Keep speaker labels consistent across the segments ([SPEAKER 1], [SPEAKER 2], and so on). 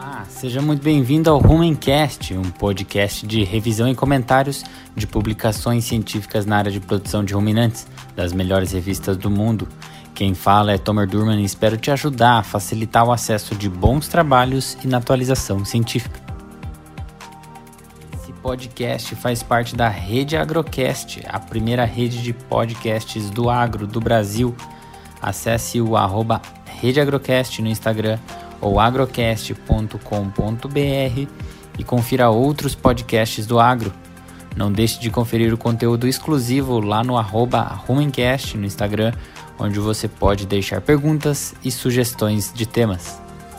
[SPEAKER 1] Olá, seja muito bem-vindo ao Rumencast, um podcast de revisão e comentários de publicações científicas na área de produção de ruminantes, das melhores revistas do mundo. Quem fala é Tomer Durman e espero te ajudar a facilitar o acesso de bons trabalhos e na atualização científica. Esse podcast faz parte da Rede Agrocast, a primeira rede de podcasts do agro do Brasil. Acesse o @RedeAgrocast no Instagram ou agrocast.com.br e confira outros podcasts do agro. Não deixe de conferir o conteúdo exclusivo lá no @Rumencast no Instagram, onde você pode deixar perguntas e sugestões de temas.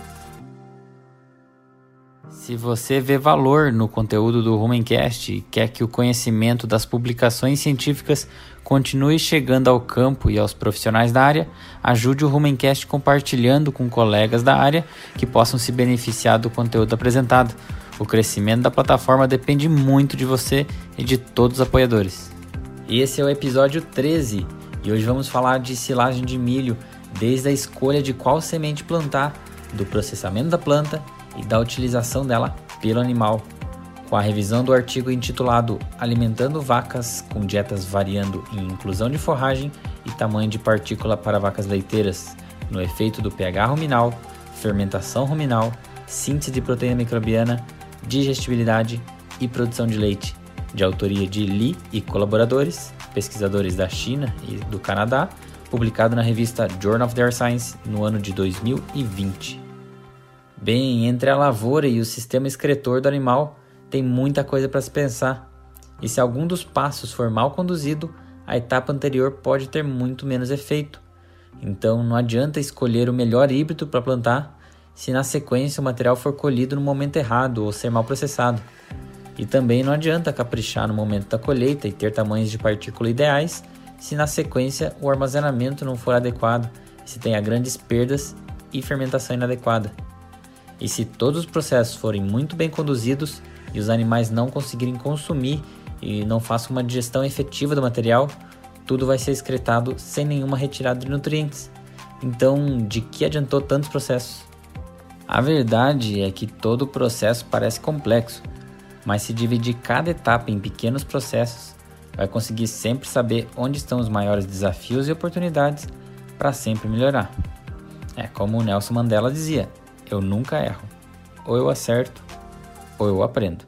[SPEAKER 1] Se você vê valor no conteúdo do Rumencast e quer que o conhecimento das publicações científicas continue chegando ao campo e aos profissionais da área, ajude o Rumencast compartilhando com colegas da área que possam se beneficiar do conteúdo apresentado. O crescimento da plataforma depende muito de você e de todos os apoiadores. Esse é o episódio 13 e hoje vamos falar de silagem de milho, desde a escolha de qual semente plantar, do processamento da planta e da utilização dela pelo animal, com a revisão do artigo intitulado Alimentando Vacas com Dietas Variando em Inclusão de Forragem e Tamanho de Partícula para Vacas Leiteiras, no efeito do pH ruminal, fermentação ruminal, síntese de proteína microbiana, digestibilidade e produção de leite, de autoria de Li e colaboradores, pesquisadores da China e do Canadá, publicado na revista Journal of the Science no ano de 2020. Bem, entre a lavoura e o sistema excretor do animal, tem muita coisa para se pensar. E se algum dos passos for mal conduzido, a etapa anterior pode ter muito menos efeito. Então não adianta escolher o melhor híbrido para plantar, se na sequência o material for colhido no momento errado ou ser mal processado. E também não adianta caprichar no momento da colheita e ter tamanhos de partícula ideais, se na sequência o armazenamento não for adequado, se tenha grandes perdas e fermentação inadequada. E se todos os processos forem muito bem conduzidos e os animais não conseguirem consumir e não façam uma digestão efetiva do material, tudo vai ser excretado sem nenhuma retirada de nutrientes. Então, de que adiantou tantos processos? A verdade é que todo o processo parece complexo, mas se dividir cada etapa em pequenos processos, vai conseguir sempre saber onde estão os maiores desafios e oportunidades para sempre melhorar. É como o Nelson Mandela dizia: eu nunca erro, ou eu acerto, ou eu aprendo.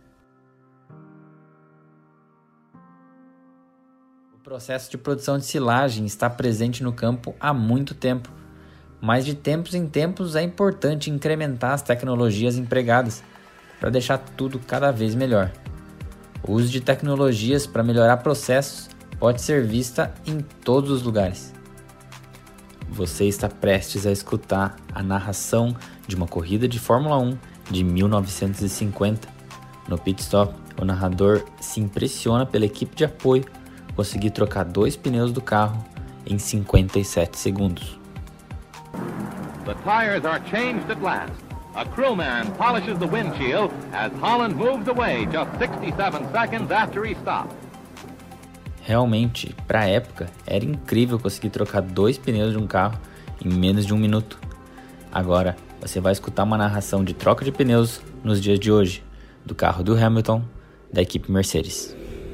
[SPEAKER 1] O processo de produção de silagem está presente no campo há muito tempo, mas de tempos em tempos é importante incrementar as tecnologias empregadas para deixar tudo cada vez melhor. O uso de tecnologias para melhorar processos pode ser vista em todos os lugares. Você está prestes a escutar a narração de uma corrida de Fórmula 1 de 1950. No pit stop, o narrador se impressiona pela equipe de apoio conseguir trocar 2 pneus do carro em 57 segundos.
[SPEAKER 2] The tires are changed at last. A crewman polishes the windshield as Holland moves away just 67 seconds after he stopped.
[SPEAKER 1] Realmente, para a época, era incrível conseguir trocar 2 pneus de um carro em menos de 1 minuto. Agora, você vai escutar uma narração de troca de pneus nos dias de hoje, do carro do Hamilton, da equipe Mercedes.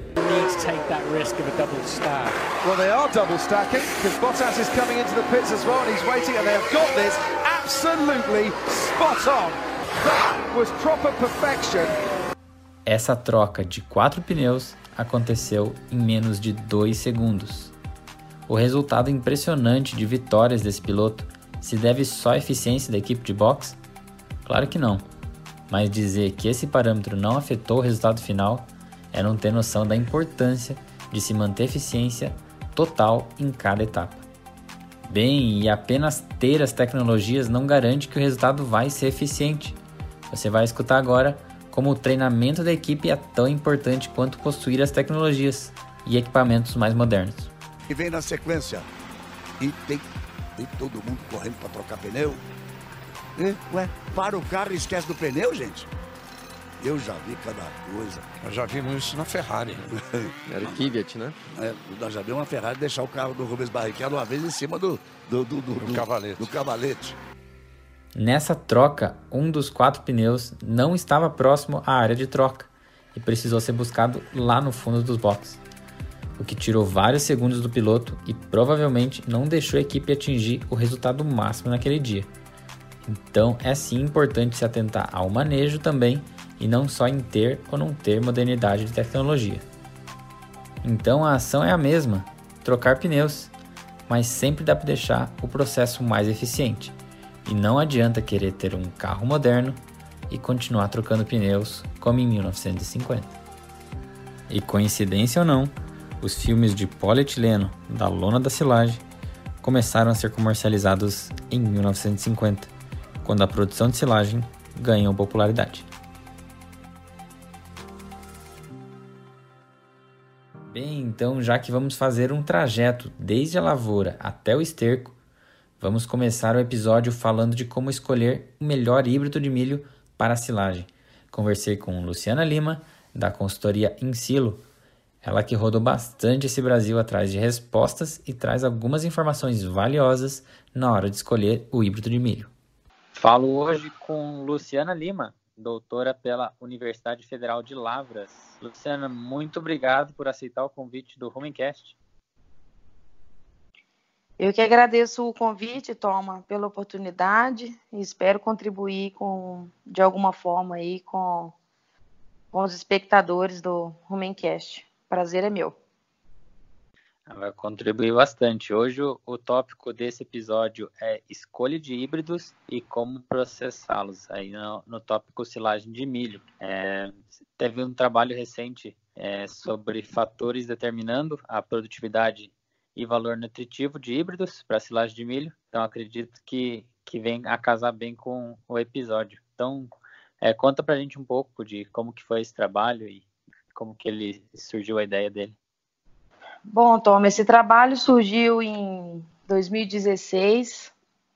[SPEAKER 3] Well, they are double stacking because Bottas is coming into the pits as well and he's waiting and they've got this absolutely spot on. That was proper perfection.
[SPEAKER 1] Essa troca de 4 pneus aconteceu em menos de 2 segundos. O resultado impressionante de vitórias desse piloto se deve só à eficiência da equipe de boxe? Claro que não, mas dizer que esse parâmetro não afetou o resultado final é não ter noção da importância de se manter eficiência total em cada etapa. Bem, e apenas ter as tecnologias não garante que o resultado vai ser eficiente. Você vai escutar agora como o treinamento da equipe é tão importante quanto possuir as tecnologias e equipamentos mais modernos.
[SPEAKER 4] E vem na sequência, e tem todo mundo correndo para trocar pneu. Ué, para o carro e esquece do pneu, gente? Eu já vi cada coisa.
[SPEAKER 5] Nós já vimos isso na Ferrari.
[SPEAKER 6] Era o Kvyat, né?
[SPEAKER 4] Nós já vimos uma Ferrari deixar o carro do Rubens Barrichello uma vez em cima do
[SPEAKER 5] Cavalete.
[SPEAKER 4] do cavalete.
[SPEAKER 1] Nessa troca, um dos 4 pneus não estava próximo à área de troca e precisou ser buscado lá no fundo dos boxes, o que tirou vários segundos do piloto e provavelmente não deixou a equipe atingir o resultado máximo naquele dia. Então é sim importante se atentar ao manejo também e não só em ter ou não ter modernidade de tecnologia. Então a ação é a mesma, trocar pneus, mas sempre dá para deixar o processo mais eficiente. E não adianta querer ter um carro moderno e continuar trocando pneus como em 1950. E coincidência ou não, os filmes de polietileno da lona da silagem começaram a ser comercializados em 1950, quando a produção de silagem ganhou popularidade. Bem, então já que vamos fazer um trajeto desde a lavoura até o esterco, vamos começar o episódio falando de como escolher o melhor híbrido de milho para a silagem. Conversei com Luciana Lima, da consultoria Ensilo, ela que rodou bastante esse Brasil atrás de respostas e traz algumas informações valiosas na hora de escolher o híbrido de milho. Falo hoje com Luciana Lima, doutora pela Universidade Federal de Lavras. Luciana, muito obrigado por aceitar o convite do Rumencast.
[SPEAKER 7] Eu que agradeço o convite, Toma, pela oportunidade e espero contribuir de alguma forma aí com os espectadores do Rumencast. Prazer é meu.
[SPEAKER 1] Vai contribuir bastante. Hoje o tópico desse episódio é escolha de híbridos e como processá-los, aí no tópico silagem de milho. Teve um trabalho recente sobre fatores determinando a produtividade e valor nutritivo de híbridos para silagem de milho. Então, acredito que vem a casar bem com o episódio. Então, conta pra gente um pouco de como que foi esse trabalho e como que surgiu a ideia dele.
[SPEAKER 7] Bom, Tom, esse trabalho surgiu em 2016,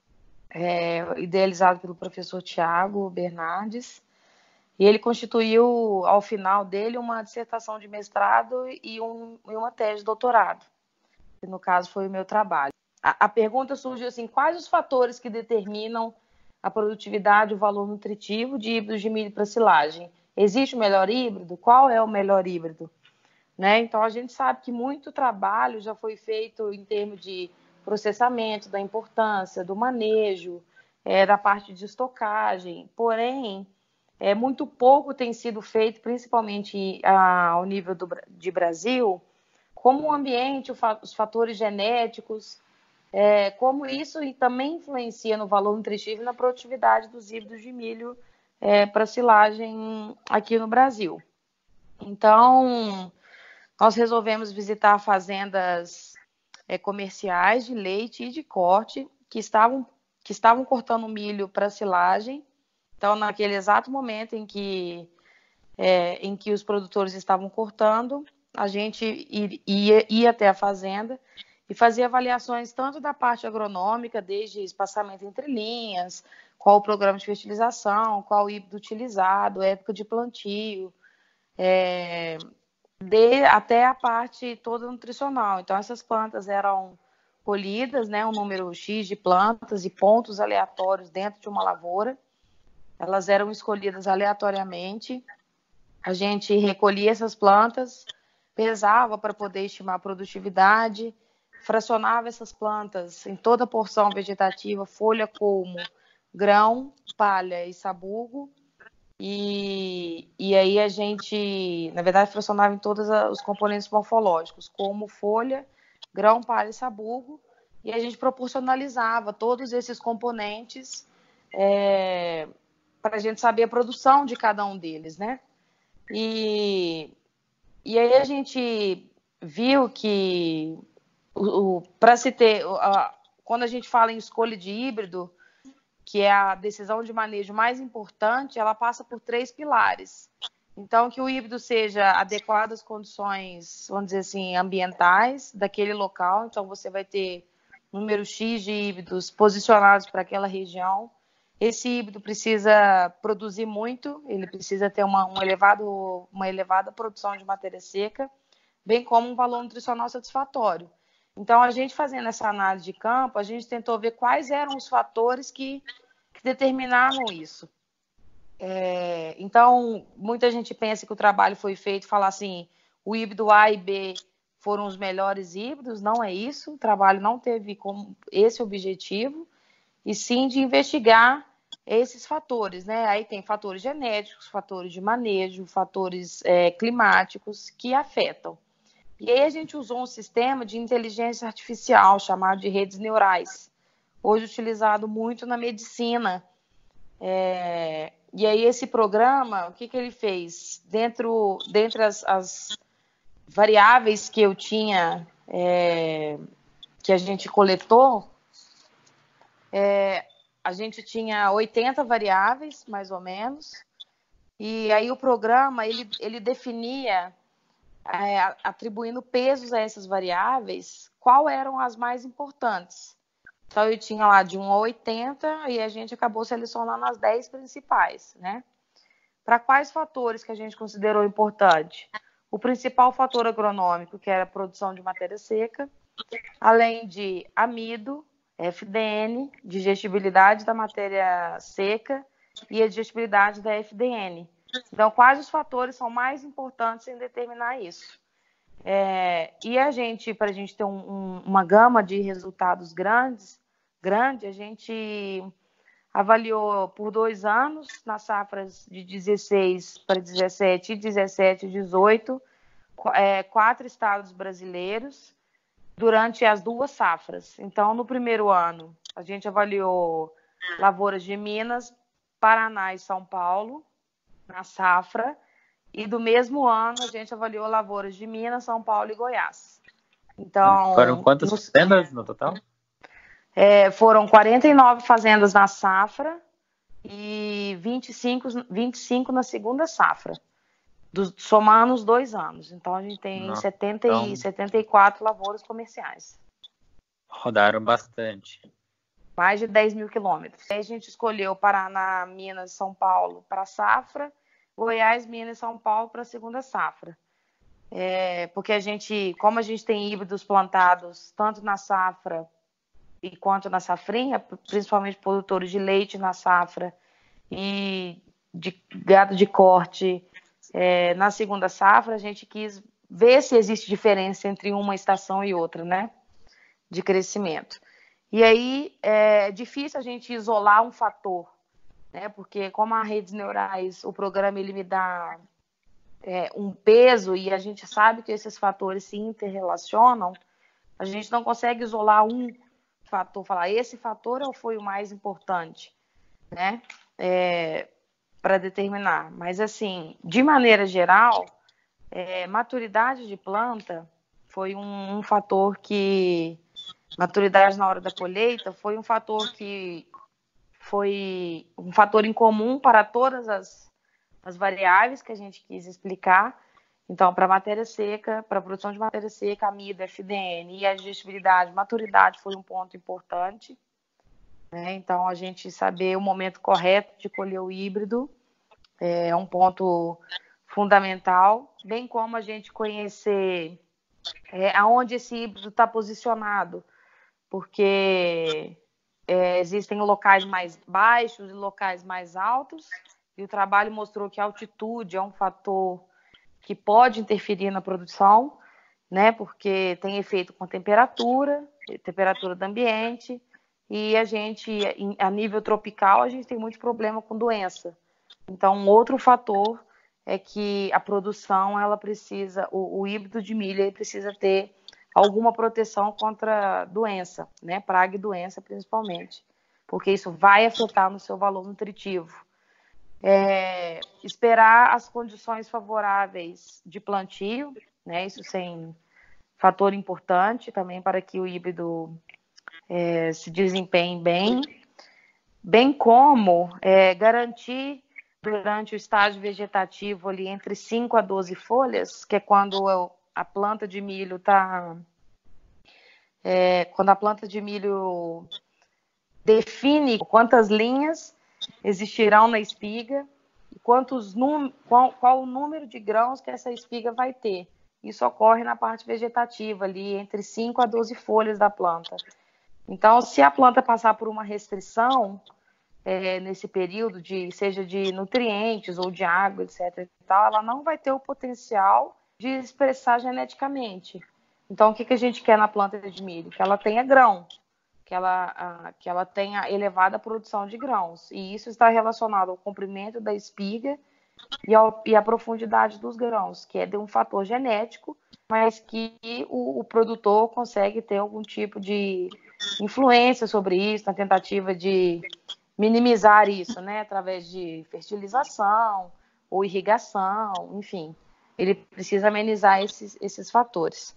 [SPEAKER 7] idealizado pelo professor Tiago Bernardes, e ele constituiu, ao final dele, uma dissertação de mestrado e uma tese de doutorado. Que no caso foi o meu trabalho. A pergunta surgiu assim: quais os fatores que determinam a produtividade e o valor nutritivo de híbridos de milho para silagem? Existe o melhor híbrido? Qual é o melhor híbrido? Né? Então a gente sabe que muito trabalho já foi feito em termos de processamento, da importância, do manejo, da parte de estocagem, porém muito pouco tem sido feito, principalmente ao nível de Brasil, como o ambiente, os fatores genéticos, como isso também influencia no valor nutritivo e na produtividade dos híbridos de milho para silagem aqui no Brasil. Então, nós resolvemos visitar fazendas comerciais de leite e de corte que estavam cortando milho para silagem. Então, naquele exato momento em que os produtores estavam cortando, a gente ia até a fazenda e fazia avaliações tanto da parte agronômica, desde espaçamento entre linhas, qual o programa de fertilização, qual o híbrido utilizado, época de plantio, até a parte toda nutricional. Então, essas plantas eram colhidas, né, um número X de plantas e pontos aleatórios dentro de uma lavoura. Elas eram escolhidas aleatoriamente. A gente recolhia essas plantas, pesava para poder estimar a produtividade, fracionava essas plantas em toda a porção vegetativa, folha, colmo, grão, palha e sabugo. E aí a gente, na verdade, fracionava em todos os componentes morfológicos, como folha, grão, palha e sabugo, e a gente proporcionalizava todos esses componentes para a gente saber a produção de cada um deles, né? E aí a gente viu que para se ter, quando a gente fala em escolha de híbrido, que é a decisão de manejo mais importante, ela passa por 3 pilares. Então, que o híbrido seja adequado às condições, vamos dizer assim, ambientais daquele local. Então, você vai ter número X de híbridos posicionados para aquela região. Esse híbrido precisa produzir muito, ele precisa ter uma elevada produção de matéria seca, bem como um valor nutricional satisfatório. Então, a gente fazendo essa análise de campo, a gente tentou ver quais eram os fatores que que determinaram isso. Então, muita gente pensa que o trabalho foi feito, falar assim, o híbrido A e B foram os melhores híbridos, não é isso, o trabalho não teve como esse objetivo, e sim de investigar esses fatores, né? Aí tem fatores genéticos, fatores de manejo, fatores climáticos que afetam. E aí a gente usou um sistema de inteligência artificial chamado de redes neurais, hoje utilizado muito na medicina. E aí esse programa, o que ele fez? Dentre as variáveis que eu tinha, que a gente coletou, a gente tinha 80 variáveis, mais ou menos, e aí o programa, ele definia, atribuindo pesos a essas variáveis, qual eram as mais importantes. Então, eu tinha lá de 1 a 80 e a gente acabou selecionando as 10 principais, né? Para quais fatores que a gente considerou importante? O principal fator agronômico, que era a produção de matéria seca, além de amido, FDN, digestibilidade da matéria seca e a digestibilidade da FDN. Então, quais os fatores são mais importantes em determinar isso? E para a gente ter uma gama de resultados grande, a gente avaliou por 2 anos, nas safras de 16 para 17 e 17 e 18, 4 estados brasileiros, durante as 2 safras. Então, no primeiro ano, a gente avaliou lavouras de Minas, Paraná e São Paulo, na safra, e do mesmo ano a gente avaliou lavouras de Minas, São Paulo e Goiás. Então,
[SPEAKER 1] foram quantas fazendas no total?
[SPEAKER 7] Foram 49 fazendas na safra e 25 na segunda safra, somando os 2 anos. Então, a gente tem 74 lavouras comerciais.
[SPEAKER 1] Rodaram bastante.
[SPEAKER 7] Mais de 10 mil quilômetros. Aí a gente escolheu Paraná, Minas, São Paulo para a safra, Goiás, Minas e São Paulo para a segunda safra. Porque como a gente tem híbridos plantados tanto na safra e quanto na safrinha, principalmente produtores de leite na safra e de gado de corte na segunda safra, a gente quis ver se existe diferença entre uma estação e outra, né, de crescimento. E aí é difícil a gente isolar um fator, né, porque como a redes neurais, o programa ele me dá um peso e a gente sabe que esses fatores se interrelacionam, a gente não consegue isolar um fator, falar esse fator foi o mais importante, né, para determinar. Mas assim, de maneira geral, maturidade de planta foi um fator que, maturidade na hora da colheita foi um fator que foi um fator em comum para todas as variáveis que a gente quis explicar. Então, para matéria seca, para a produção de matéria seca, amido, FDN e a digestibilidade, maturidade foi um ponto importante, né? Então, a gente saber o momento correto de colher o híbrido é um ponto fundamental, bem como a gente conhecer aonde esse híbrido está posicionado, porque existem locais mais baixos e locais mais altos, e o trabalho mostrou que a altitude é um fator que pode interferir na produção, né? Porque tem efeito com temperatura do ambiente, e a gente, a nível tropical, a gente tem muito problema com doença. Então, outro fator é que a produção, ela precisa, o híbrido de milho, ele precisa ter alguma proteção contra doença, né? Praga e doença, principalmente, porque isso vai afetar no seu valor nutritivo. Esperar as condições favoráveis de plantio, né? Isso sem fator importante também para que o híbrido se desempenhe bem como garantir durante o estágio vegetativo ali entre 5 a 12 folhas, que é quando a planta de milho está... quando a planta de milho define quantas linhas existirão na espiga e qual o número de grãos que essa espiga vai ter. Isso ocorre na parte vegetativa, ali entre 5 a 12 folhas da planta. Então, se a planta passar por uma restrição, nesse período, seja de nutrientes ou de água, etc. e tal, ela não vai ter o potencial de expressar geneticamente. Então, o que a gente quer na planta de milho? Que ela tenha grão, que ela tenha elevada produção de grãos. E isso está relacionado ao comprimento da espiga e à profundidade dos grãos, que é de um fator genético, mas que o produtor consegue ter algum tipo de influência sobre isso, na tentativa de minimizar isso, né, através de fertilização ou irrigação, enfim. Ele precisa amenizar esses fatores.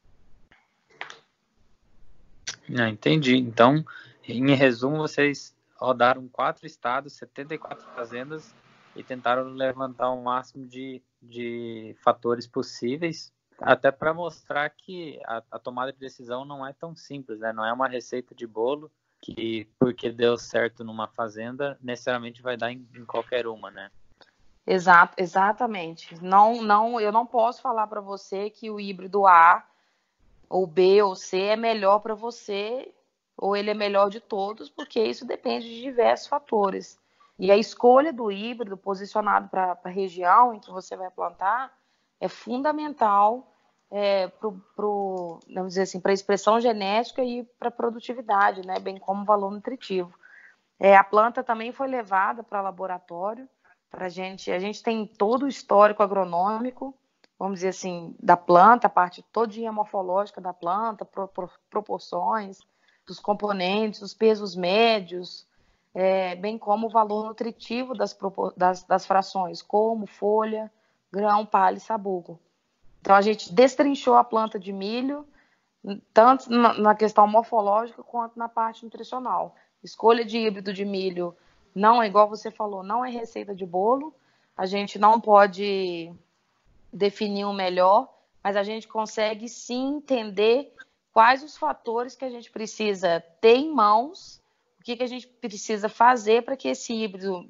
[SPEAKER 1] Entendi. Então, em resumo, vocês rodaram 4 estados, 74 fazendas e tentaram levantar o máximo de fatores possíveis, até para mostrar que a tomada de decisão não é tão simples, né? Não é uma receita de bolo que, porque deu certo numa fazenda, necessariamente vai dar em qualquer uma, né?
[SPEAKER 7] Exatamente. Eu não posso falar para você que o híbrido A ou B ou C é melhor para você, ou ele é melhor de todos, porque isso depende de diversos fatores. E a escolha do híbrido posicionado para a região em que você vai plantar é fundamental vamos dizer assim, para a expressão genética e para a produtividade, né? Bem como valor nutritivo. A planta também foi levada para laboratório. A gente tem todo o histórico agronômico, vamos dizer assim, da planta, a parte todinha morfológica da planta, proporções dos componentes, os pesos médios, bem como o valor nutritivo das frações, como folha, grão, palha e sabugo. Então, a gente destrinchou a planta de milho, tanto na questão morfológica quanto na parte nutricional. Escolha de híbrido de milho não é, igual você falou, não é receita de bolo. A gente não pode definir o melhor, mas a gente consegue sim entender quais os fatores que a gente precisa ter em mãos, o que a gente precisa fazer para que esse híbrido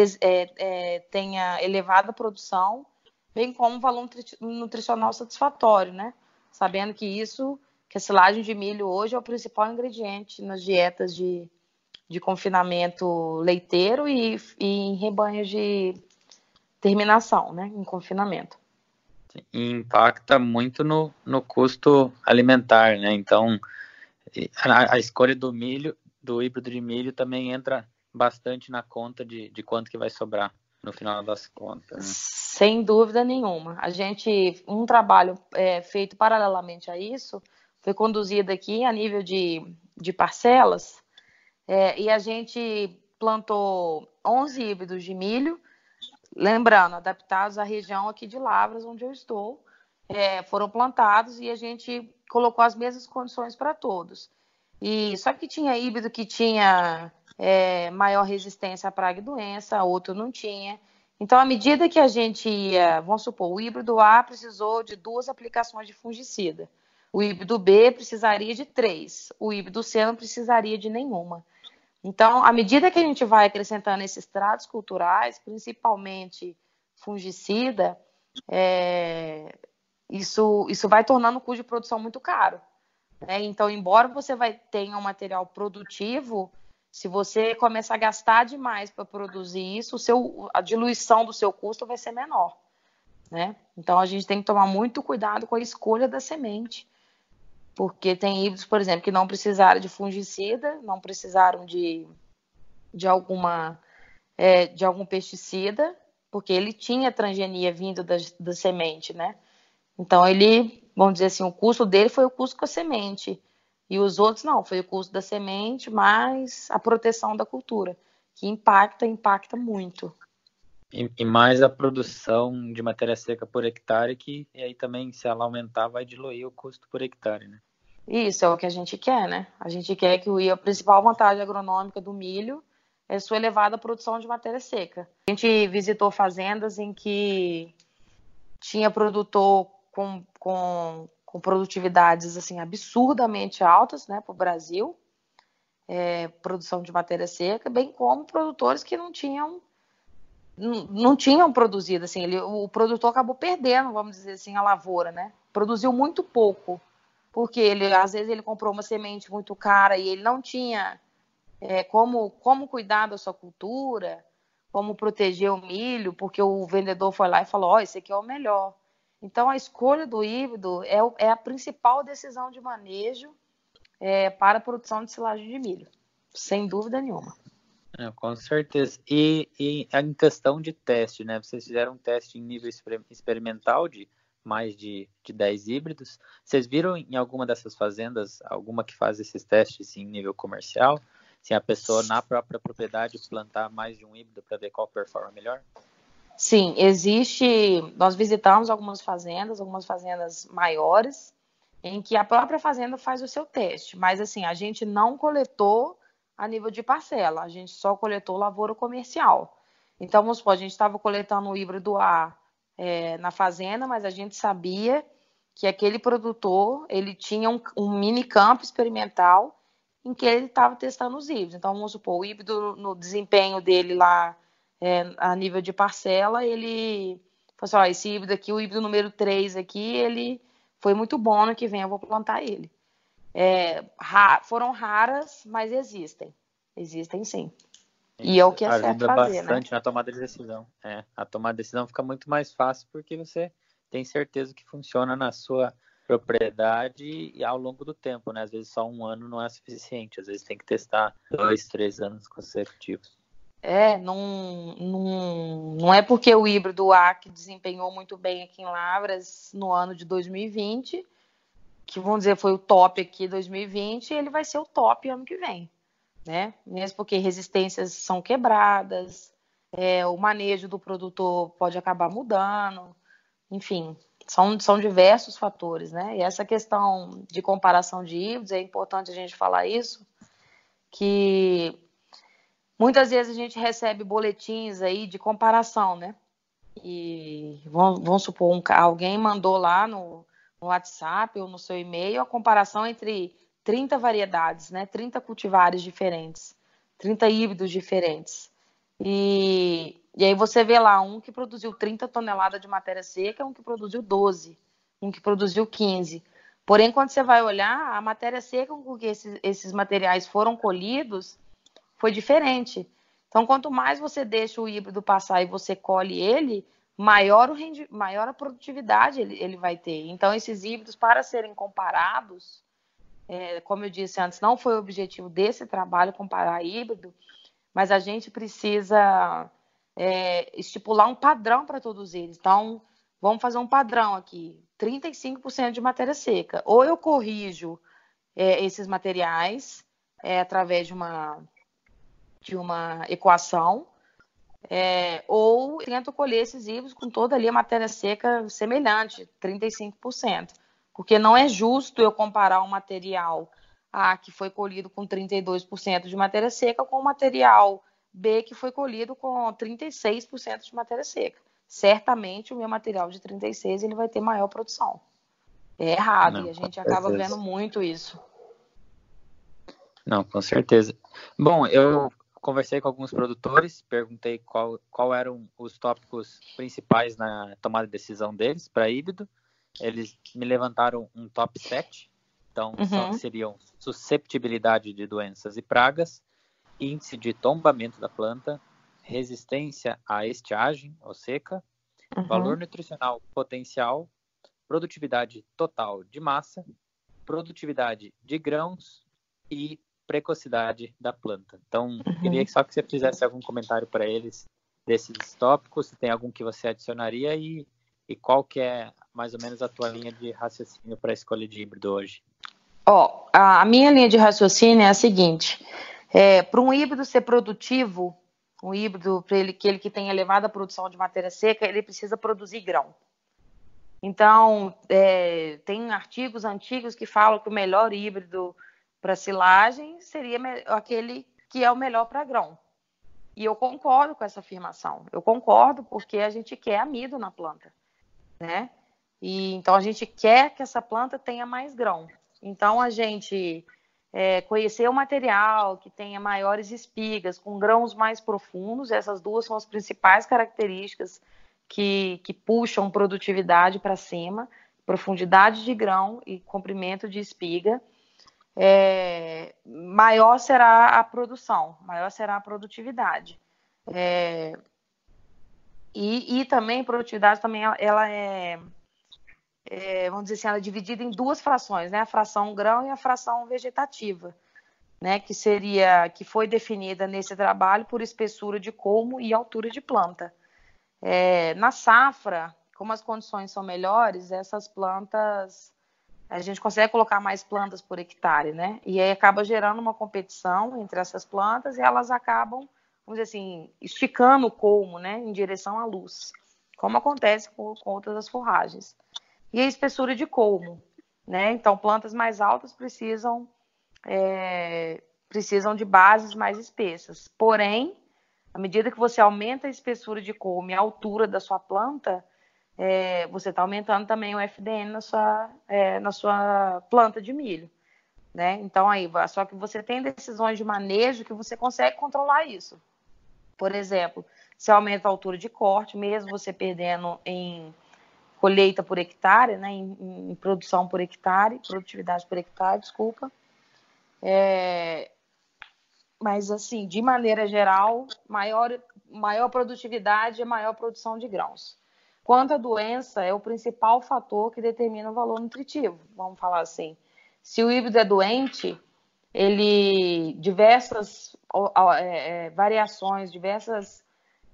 [SPEAKER 7] tenha elevada produção, bem como um valor nutricional satisfatório, né? Sabendo que a silagem de milho hoje é o principal ingrediente nas dietas de confinamento leiteiro e em rebanhos de terminação, né? Em confinamento.
[SPEAKER 1] E impacta muito no custo alimentar, né? Então, a escolha do milho, do híbrido de milho, também entra bastante na conta de quanto que vai sobrar no final das contas, né?
[SPEAKER 7] Sem dúvida nenhuma. Um trabalho feito paralelamente a isso foi conduzido aqui a nível de parcelas, e a gente plantou 11 híbridos de milho, lembrando, adaptados à região aqui de Lavras, onde eu estou, foram plantados e a gente colocou as mesmas condições para todos. E só que tinha híbrido que tinha maior resistência à praga e doença, outro não tinha. Então, à medida que a gente ia, vamos supor, o híbrido A precisou de 2 aplicações de fungicida, o híbrido B precisaria de 3, o híbrido C não precisaria de nenhuma. Então, à medida que a gente vai acrescentando esses tratos culturais, principalmente fungicida, isso vai tornando o custo de produção muito caro, né? Então, embora você tenha um material produtivo, se você começar a gastar demais para produzir isso, a diluição do seu custo vai ser menor, né? Então, a gente tem que tomar muito cuidado com a escolha da semente, porque tem híbridos, por exemplo, que não precisaram de fungicida, não precisaram de algum pesticida, porque ele tinha transgenia vindo da semente, né? Então, vamos dizer assim, o custo dele foi o custo com a semente. E os outros não, foi o custo da semente mais a proteção da cultura, que impacta muito.
[SPEAKER 1] E mais a produção de matéria seca por hectare, e aí também, se ela aumentar, vai diluir o custo por hectare, né?
[SPEAKER 7] Isso é o que a gente quer, né? A gente quer que a principal vantagem agronômica do milho é sua elevada produção de matéria seca. A gente visitou fazendas em que tinha produtor com produtividades assim absurdamente altas, né, para o Brasil, produção de matéria seca, bem como produtores que não tinham produzido, assim, o produtor acabou perdendo, vamos dizer assim, a lavoura, né? Produziu muito pouco, porque às vezes ele comprou uma semente muito cara e ele não tinha como cuidar da sua cultura, como proteger o milho, porque o vendedor foi lá e falou, esse aqui é o melhor. Então, a escolha do híbrido é a principal decisão de manejo para a produção de silagem de milho, sem dúvida nenhuma.
[SPEAKER 1] Com certeza. E em questão de teste, né? Vocês fizeram um teste em nível experimental de mais de 10 híbridos. Vocês viram em alguma dessas fazendas, alguma que faz esses testes em nível comercial? Se a pessoa na própria propriedade plantar mais de um híbrido para ver qual performa melhor?
[SPEAKER 7] Sim, existe. Nós visitamos algumas fazendas maiores, em que a própria fazenda faz o seu teste, mas assim, a gente não coletou a nível de parcela, a gente só coletou lavoura comercial. Então, vamos supor, a gente estava coletando o híbrido A na fazenda, mas a gente sabia que aquele produtor ele tinha um mini campo experimental em que ele estava testando os híbridos. Então, vamos supor, o híbrido no desempenho dele lá a nível de parcela, ele falou assim, esse híbrido aqui, o híbrido número 3 aqui, ele foi muito bom, ano que vem eu vou plantar ele. Foram raras, mas existem. Existem sim. E é o que é certo fazer,
[SPEAKER 1] bastante,
[SPEAKER 7] né?
[SPEAKER 1] Na tomada de decisão. A tomada de decisão fica muito mais fácil porque você tem certeza que funciona na sua propriedade e ao longo do tempo, né? Às vezes só um ano não é suficiente, às vezes tem que testar 2, 3 anos consecutivos.
[SPEAKER 7] Não é porque o híbrido A que desempenhou muito bem aqui em Lavras no ano de 2020, que vamos dizer foi o top aqui em 2020, ele vai ser o top ano que vem, né? Mesmo porque resistências são quebradas, o manejo do produtor pode acabar mudando, enfim, são diversos fatores, né? E essa questão de comparação de híbridos, é importante a gente falar isso, que muitas vezes a gente recebe boletins aí de comparação, né? E vamos supor, alguém mandou lá no WhatsApp ou no seu e-mail a comparação entre 30 variedades, né? 30 cultivares diferentes, 30 híbridos diferentes. E aí você vê lá um que produziu 30 toneladas de matéria seca, um que produziu 12, um que produziu 15. Porém, quando você vai olhar, a matéria seca com que esses materiais foram colhidos foi diferente. Então, quanto mais você deixa o híbrido passar e você colhe ele, maior a produtividade ele vai ter. Então, esses híbridos, para serem comparados, como eu disse antes, não foi o objetivo desse trabalho comparar híbrido, mas a gente precisa estipular um padrão para todos eles. Então, vamos fazer um padrão aqui, 35% de matéria seca. Ou eu corrijo esses materiais através de uma equação, ou tento colher esses híbridos com toda ali a matéria seca semelhante, 35%. Porque não é justo eu comparar um material A que foi colhido com 32% de matéria seca com o material B que foi colhido com 36% de matéria seca. Certamente o meu material de 36% ele vai ter maior produção. É errado, e a gente acaba vendo muito isso.
[SPEAKER 1] Não, com certeza. Bom, eu conversei com alguns produtores, perguntei qual eram os tópicos principais na tomada de decisão deles para híbrido. Eles me levantaram um top 7. Então, seriam susceptibilidade de doenças e pragas, índice de tombamento da planta, resistência à estiagem ou seca, valor nutricional potencial, produtividade total de massa, produtividade de grãos e precocidade da planta. Então, queria só que você fizesse algum comentário para eles desses tópicos, se tem algum que você adicionaria e qual que é mais ou menos a tua linha de raciocínio para a escolha de híbrido hoje.
[SPEAKER 7] A minha linha de raciocínio é a seguinte, para um híbrido ser produtivo, um híbrido, para ele que tenha elevada produção de matéria seca, ele precisa produzir grão. Então, tem artigos antigos que falam que o melhor híbrido para silagem seria aquele que é o melhor para grão. E eu concordo com essa afirmação. Eu concordo porque a gente quer amido na planta, né? E então a gente quer que essa planta tenha mais grão. Então a gente conhecer o material que tenha maiores espigas, com grãos mais profundos, essas duas são as principais características que puxam produtividade para cima, profundidade de grão e comprimento de espiga. maior será a produção, maior será a produtividade. E também, produtividade também, ela vamos dizer assim, ela é dividida em duas frações, né? A fração grão e a fração vegetativa, né? Que foi definida nesse trabalho por espessura de colmo e altura de planta. Na safra, como as condições são melhores, essas plantas, a gente consegue colocar mais plantas por hectare, né? E aí acaba gerando uma competição entre essas plantas e elas acabam, vamos dizer assim, esticando o colmo, né, em direção à luz, como acontece com outras das forragens. E a espessura de colmo, né? Então, plantas mais altas precisam de bases mais espessas. Porém, à medida que você aumenta a espessura de colmo e a altura da sua planta, você está aumentando também o FDN na sua planta de milho, né? Então, só que você tem decisões de manejo que você consegue controlar isso. Por exemplo, se aumenta a altura de corte, mesmo você perdendo em colheita por hectare, né, em produção por hectare, produtividade por hectare, desculpa. Mas, assim, de maneira geral, maior produtividade é maior produção de grãos. Quanto à doença, é o principal fator que determina o valor nutritivo, vamos falar assim. Se o híbrido é doente, diversas variações, diversas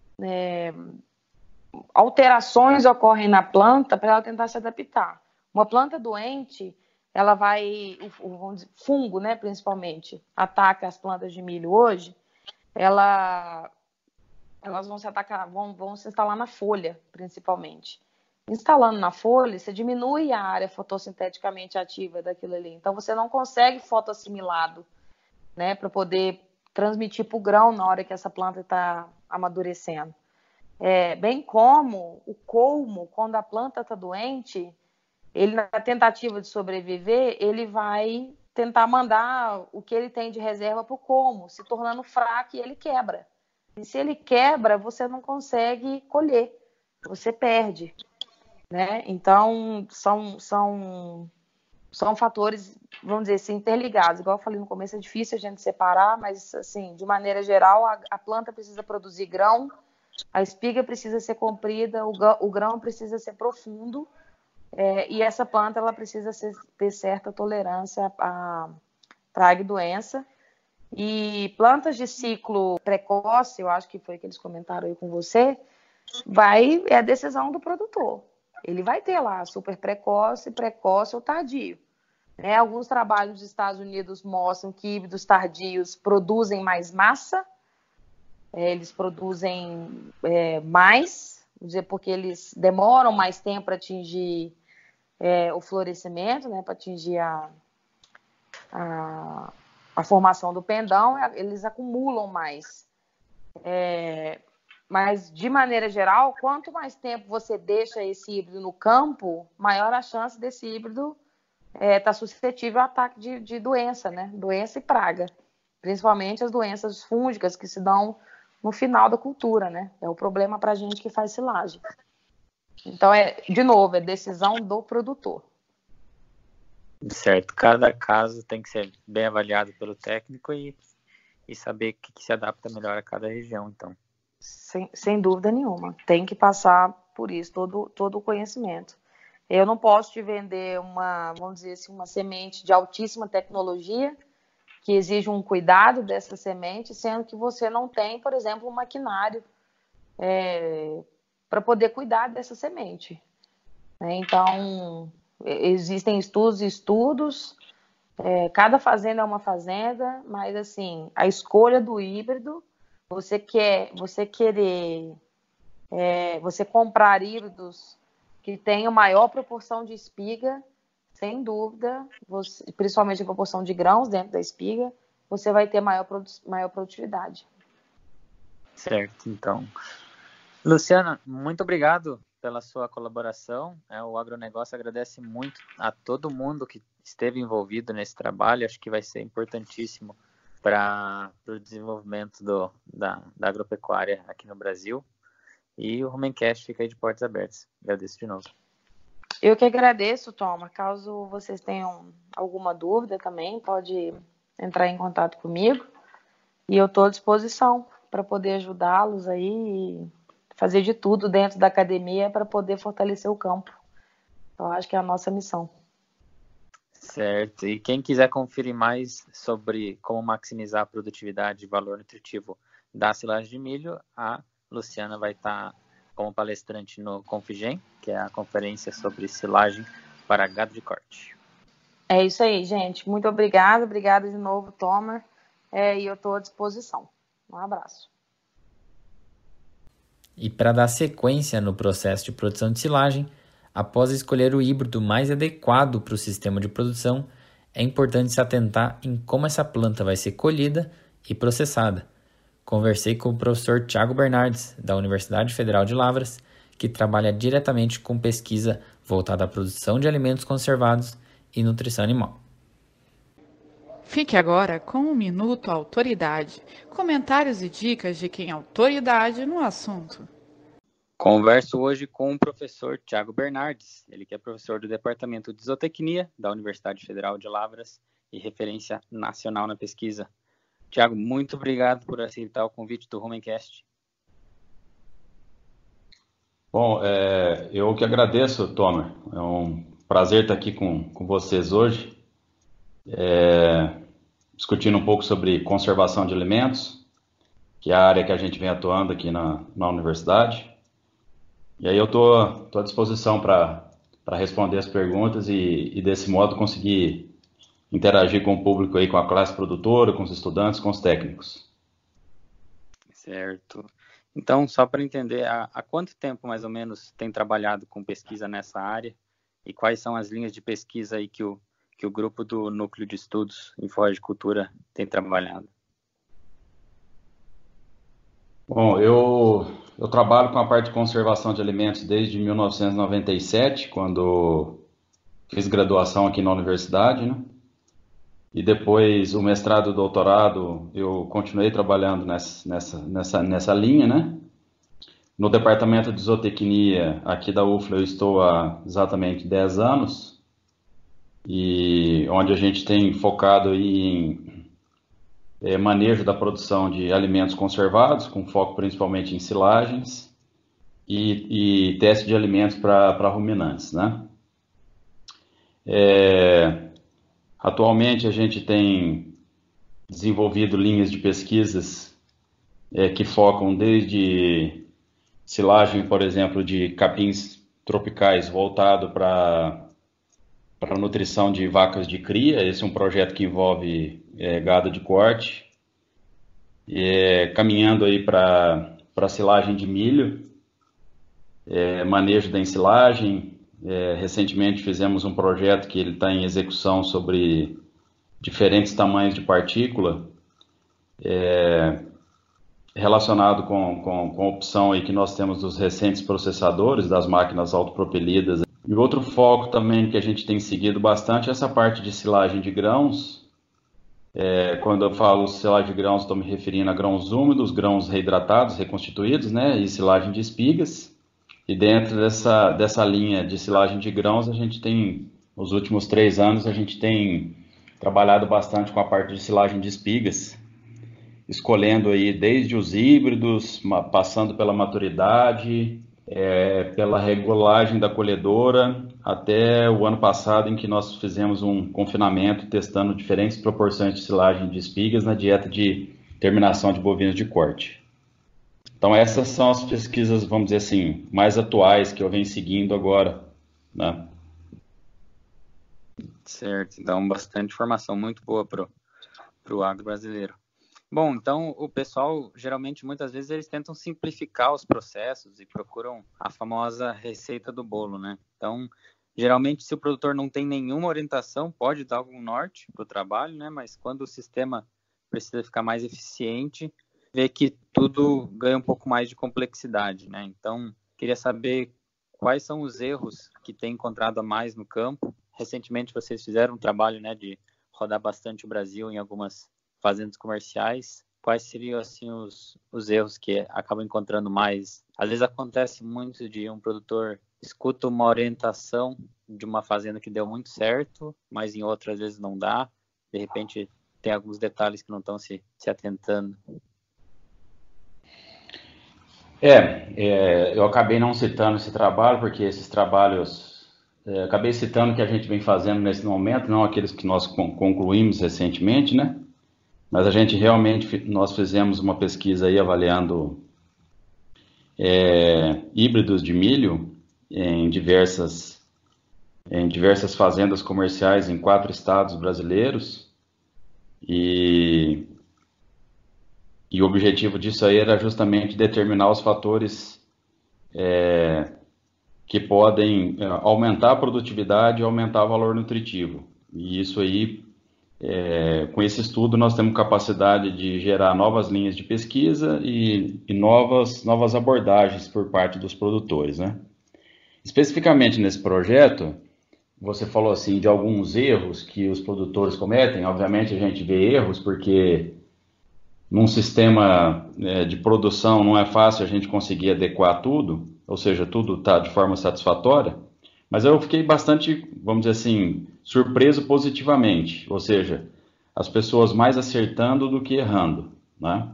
[SPEAKER 7] alterações ocorrem na planta para ela tentar se adaptar. Uma planta doente, ela vai, fungo, né, principalmente, ataca as plantas de milho hoje, elas vão se atacar, vão se instalar na folha, principalmente. Instalando na folha, você diminui a área fotossinteticamente ativa daquilo ali. Então, você não consegue fotoassimilado, né, para poder transmitir para o grão na hora que essa planta está amadurecendo. Bem como o colmo, quando a planta está doente, ele, na tentativa de sobreviver, ele vai tentar mandar o que ele tem de reserva para o colmo, se tornando fraco, e ele quebra. E se ele quebra, você não consegue colher, você perde, né? Então, são fatores, vamos dizer assim, interligados. Igual eu falei no começo, é difícil a gente separar, mas, assim, de maneira geral, a planta precisa produzir grão, a espiga precisa ser comprida, o grão precisa ser profundo, e essa planta ela precisa ter certa tolerância à praga e doença. E plantas de ciclo precoce, eu acho que foi que eles comentaram aí com você, é a decisão do produtor. Ele vai ter lá super precoce ou tardio. Alguns trabalhos dos Estados Unidos mostram que híbridos tardios produzem mais massa, eles produzem mais, porque eles demoram mais tempo para atingir o florescimento, né, para atingir a formação do pendão, eles acumulam mais. Mas, de maneira geral, quanto mais tempo você deixa esse híbrido no campo, maior a chance desse híbrido estar suscetível ao ataque de doença, né? Doença e praga. Principalmente as doenças fúngicas que se dão no final da cultura, né? É o problema para a gente que faz silagem. Então, de novo, é decisão do produtor.
[SPEAKER 1] Certo. Cada caso tem que ser bem avaliado pelo técnico e saber o que se adapta melhor a cada região, então.
[SPEAKER 7] Sem dúvida nenhuma. Tem que passar por isso, todo o conhecimento. Eu não posso te vender vamos dizer assim, uma semente de altíssima tecnologia que exige um cuidado dessa semente, sendo que você não tem, por exemplo, um maquinário para poder cuidar dessa semente. Então, existem estudos, cada fazenda é uma fazenda, mas assim, a escolha do híbrido, você comprar híbridos que tenham maior proporção de espiga, sem dúvida, principalmente a proporção de grãos dentro da espiga, você vai ter maior produtividade.
[SPEAKER 1] Certo, então. Luciana, muito obrigado pela sua colaboração. O agronegócio agradece muito a todo mundo que esteve envolvido nesse trabalho. Acho que vai ser importantíssimo para o desenvolvimento da agropecuária aqui no Brasil. E o Rumencast fica aí de portas abertas. Agradeço de novo.
[SPEAKER 7] Eu que agradeço, Toma. Caso vocês tenham alguma dúvida também, pode entrar em contato comigo. E eu estou à disposição para poder ajudá-los aí e fazer de tudo dentro da academia para poder fortalecer o campo. Eu acho que é a nossa missão.
[SPEAKER 1] Certo. E quem quiser conferir mais sobre como maximizar a produtividade e valor nutritivo da silagem de milho, a Luciana vai estar como palestrante no Configem, que é a conferência sobre silagem para gado de corte.
[SPEAKER 7] É isso aí, gente. Muito obrigada. Obrigada de novo, Tomer. E eu estou à disposição. Um abraço.
[SPEAKER 1] E para dar sequência no processo de produção de silagem, após escolher o híbrido mais adequado para o sistema de produção, é importante se atentar em como essa planta vai ser colhida e processada. Conversei com o professor Thiago Bernardes, da Universidade Federal de Lavras, que trabalha diretamente com pesquisa voltada à produção de alimentos conservados e nutrição animal.
[SPEAKER 8] Fique agora com o Minuto Autoridade, comentários e dicas de quem é autoridade no assunto.
[SPEAKER 1] Converso hoje com o professor Thiago Bernardes, ele que é professor do Departamento de Zootecnia da Universidade Federal de Lavras e referência nacional na pesquisa. Thiago, muito obrigado por aceitar o convite do Rumencast.
[SPEAKER 9] Bom, eu que agradeço, Tomer. É um prazer estar aqui com vocês hoje, discutindo um pouco sobre conservação de alimentos, que é a área que a gente vem atuando aqui na universidade. E aí eu estou à disposição para responder as perguntas e desse modo conseguir interagir com o público aí, com a classe produtora, com os estudantes, com os técnicos.
[SPEAKER 1] Certo. Então, só para entender, há quanto tempo mais ou menos tem trabalhado com pesquisa nessa área e quais são as linhas de pesquisa aí que o grupo do Núcleo de Estudos em Forragicultura tem trabalhado?
[SPEAKER 9] Bom, eu trabalho com a parte de conservação de alimentos desde 1997, quando fiz graduação aqui na universidade, né? E depois o mestrado e o doutorado eu continuei trabalhando nessa linha, né? No departamento de zootecnia aqui da UFLA eu estou há exatamente 10 anos, e onde a gente tem focado aí em manejo da produção de alimentos conservados, com foco principalmente em silagens e teste de alimentos para ruminantes, né? Atualmente a gente tem desenvolvido linhas de pesquisas que focam desde silagem, por exemplo, de capins tropicais voltado para nutrição de vacas de cria. Esse é um projeto que envolve gado de corte, caminhando aí para silagem de milho, manejo da ensilagem. Recentemente fizemos um projeto que ele está em execução sobre diferentes tamanhos de partícula, relacionado com a opção aí que nós temos dos recentes processadores, das máquinas autopropelidas. E outro foco também que a gente tem seguido bastante é essa parte de silagem de grãos. Quando eu falo silagem de grãos, estou me referindo a grãos úmidos, grãos reidratados, reconstituídos, né, e silagem de espigas. E dentro dessa linha de silagem de grãos, a gente tem, nos últimos 3 anos, a gente tem trabalhado bastante com a parte de silagem de espigas, escolhendo aí desde os híbridos, passando pela maturidade, pela regulagem da colhedora, até o ano passado, em que nós fizemos um confinamento testando diferentes proporções de silagem de espigas na dieta de terminação de bovinos de corte. Então essas são as pesquisas, vamos dizer assim, mais atuais que eu venho seguindo agora, né?
[SPEAKER 1] Certo, então bastante informação, muito boa para o agro brasileiro. Bom, então o pessoal, geralmente, muitas vezes, eles tentam simplificar os processos e procuram a famosa receita do bolo, né? Então, geralmente, se o produtor não tem nenhuma orientação, pode dar algum norte para o trabalho, né? Mas quando o sistema precisa ficar mais eficiente, vê que tudo ganha um pouco mais de complexidade, né? Então, queria saber quais são os erros que tem encontrado a mais no campo. Recentemente, vocês fizeram um trabalho, né, de rodar bastante o Brasil em algumas fazendas comerciais. Quais seriam, assim, os erros que acabam encontrando mais? Às vezes acontece muito de um produtor escuta uma orientação de uma fazenda que deu muito certo, mas em outras às vezes não dá. De repente tem alguns detalhes que não estão se atentando.
[SPEAKER 9] Eu acabei não citando esse trabalho, porque esses trabalhos, acabei citando que a gente vem fazendo nesse momento, não aqueles que nós concluímos recentemente, né? Mas a gente realmente, nós fizemos uma pesquisa aí avaliando híbridos de milho em diversas fazendas comerciais em 4 estados brasileiros, e o objetivo disso aí era justamente determinar os fatores que podem aumentar a produtividade e aumentar o valor nutritivo. E isso aí, com esse estudo, nós temos capacidade de gerar novas linhas de pesquisa e novas abordagens por parte dos produtores, né? Especificamente nesse projeto, você falou assim de alguns erros que os produtores cometem. Obviamente a gente vê erros porque num sistema de produção não é fácil a gente conseguir adequar tudo, ou seja, tudo está de forma satisfatória, mas eu fiquei bastante, vamos dizer assim, surpreso positivamente, ou seja, as pessoas mais acertando do que errando, né?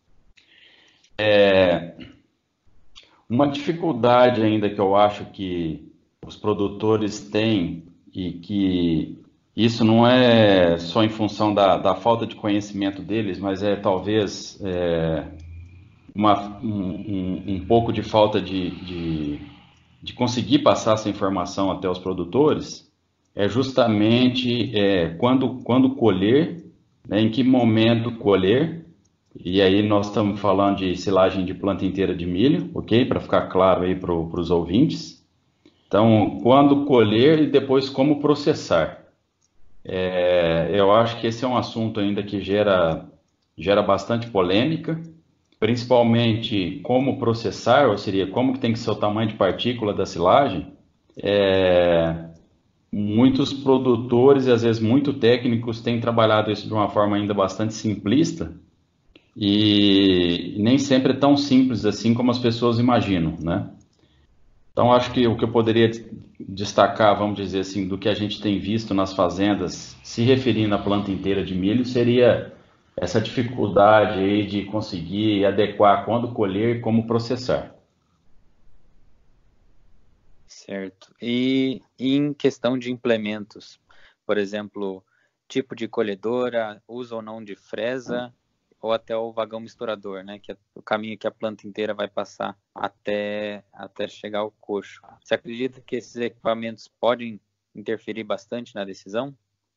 [SPEAKER 9] Uma dificuldade ainda que eu acho que os produtores têm, e que isso não é só em função da falta de conhecimento deles, mas talvez um pouco de falta de conseguir passar essa informação até os produtores, é justamente quando colher, né, em que momento colher. E aí nós estamos falando de silagem de planta inteira de milho, ok? Para ficar claro aí para os ouvintes. Então, quando colher e depois como processar. Eu acho que esse é um assunto ainda que gera bastante polêmica, principalmente como processar, ou seria, como que tem que ser o tamanho de partícula da silagem. Muitos produtores e às vezes muito técnicos têm trabalhado isso de uma forma ainda bastante simplista, e nem sempre é tão simples assim como as pessoas imaginam, né? Então, acho que o que eu poderia destacar, vamos dizer assim, do que a gente tem visto nas fazendas, se referindo à planta inteira de milho, seria essa dificuldade aí de conseguir adequar quando colher e como processar.
[SPEAKER 1] Certo. E em questão de implementos, por exemplo, tipo de colhedora, uso ou não de fresa, ou até o vagão misturador, né, que é o caminho que a planta inteira vai passar até chegar ao coxo. Você acredita que esses equipamentos podem interferir bastante na decisão?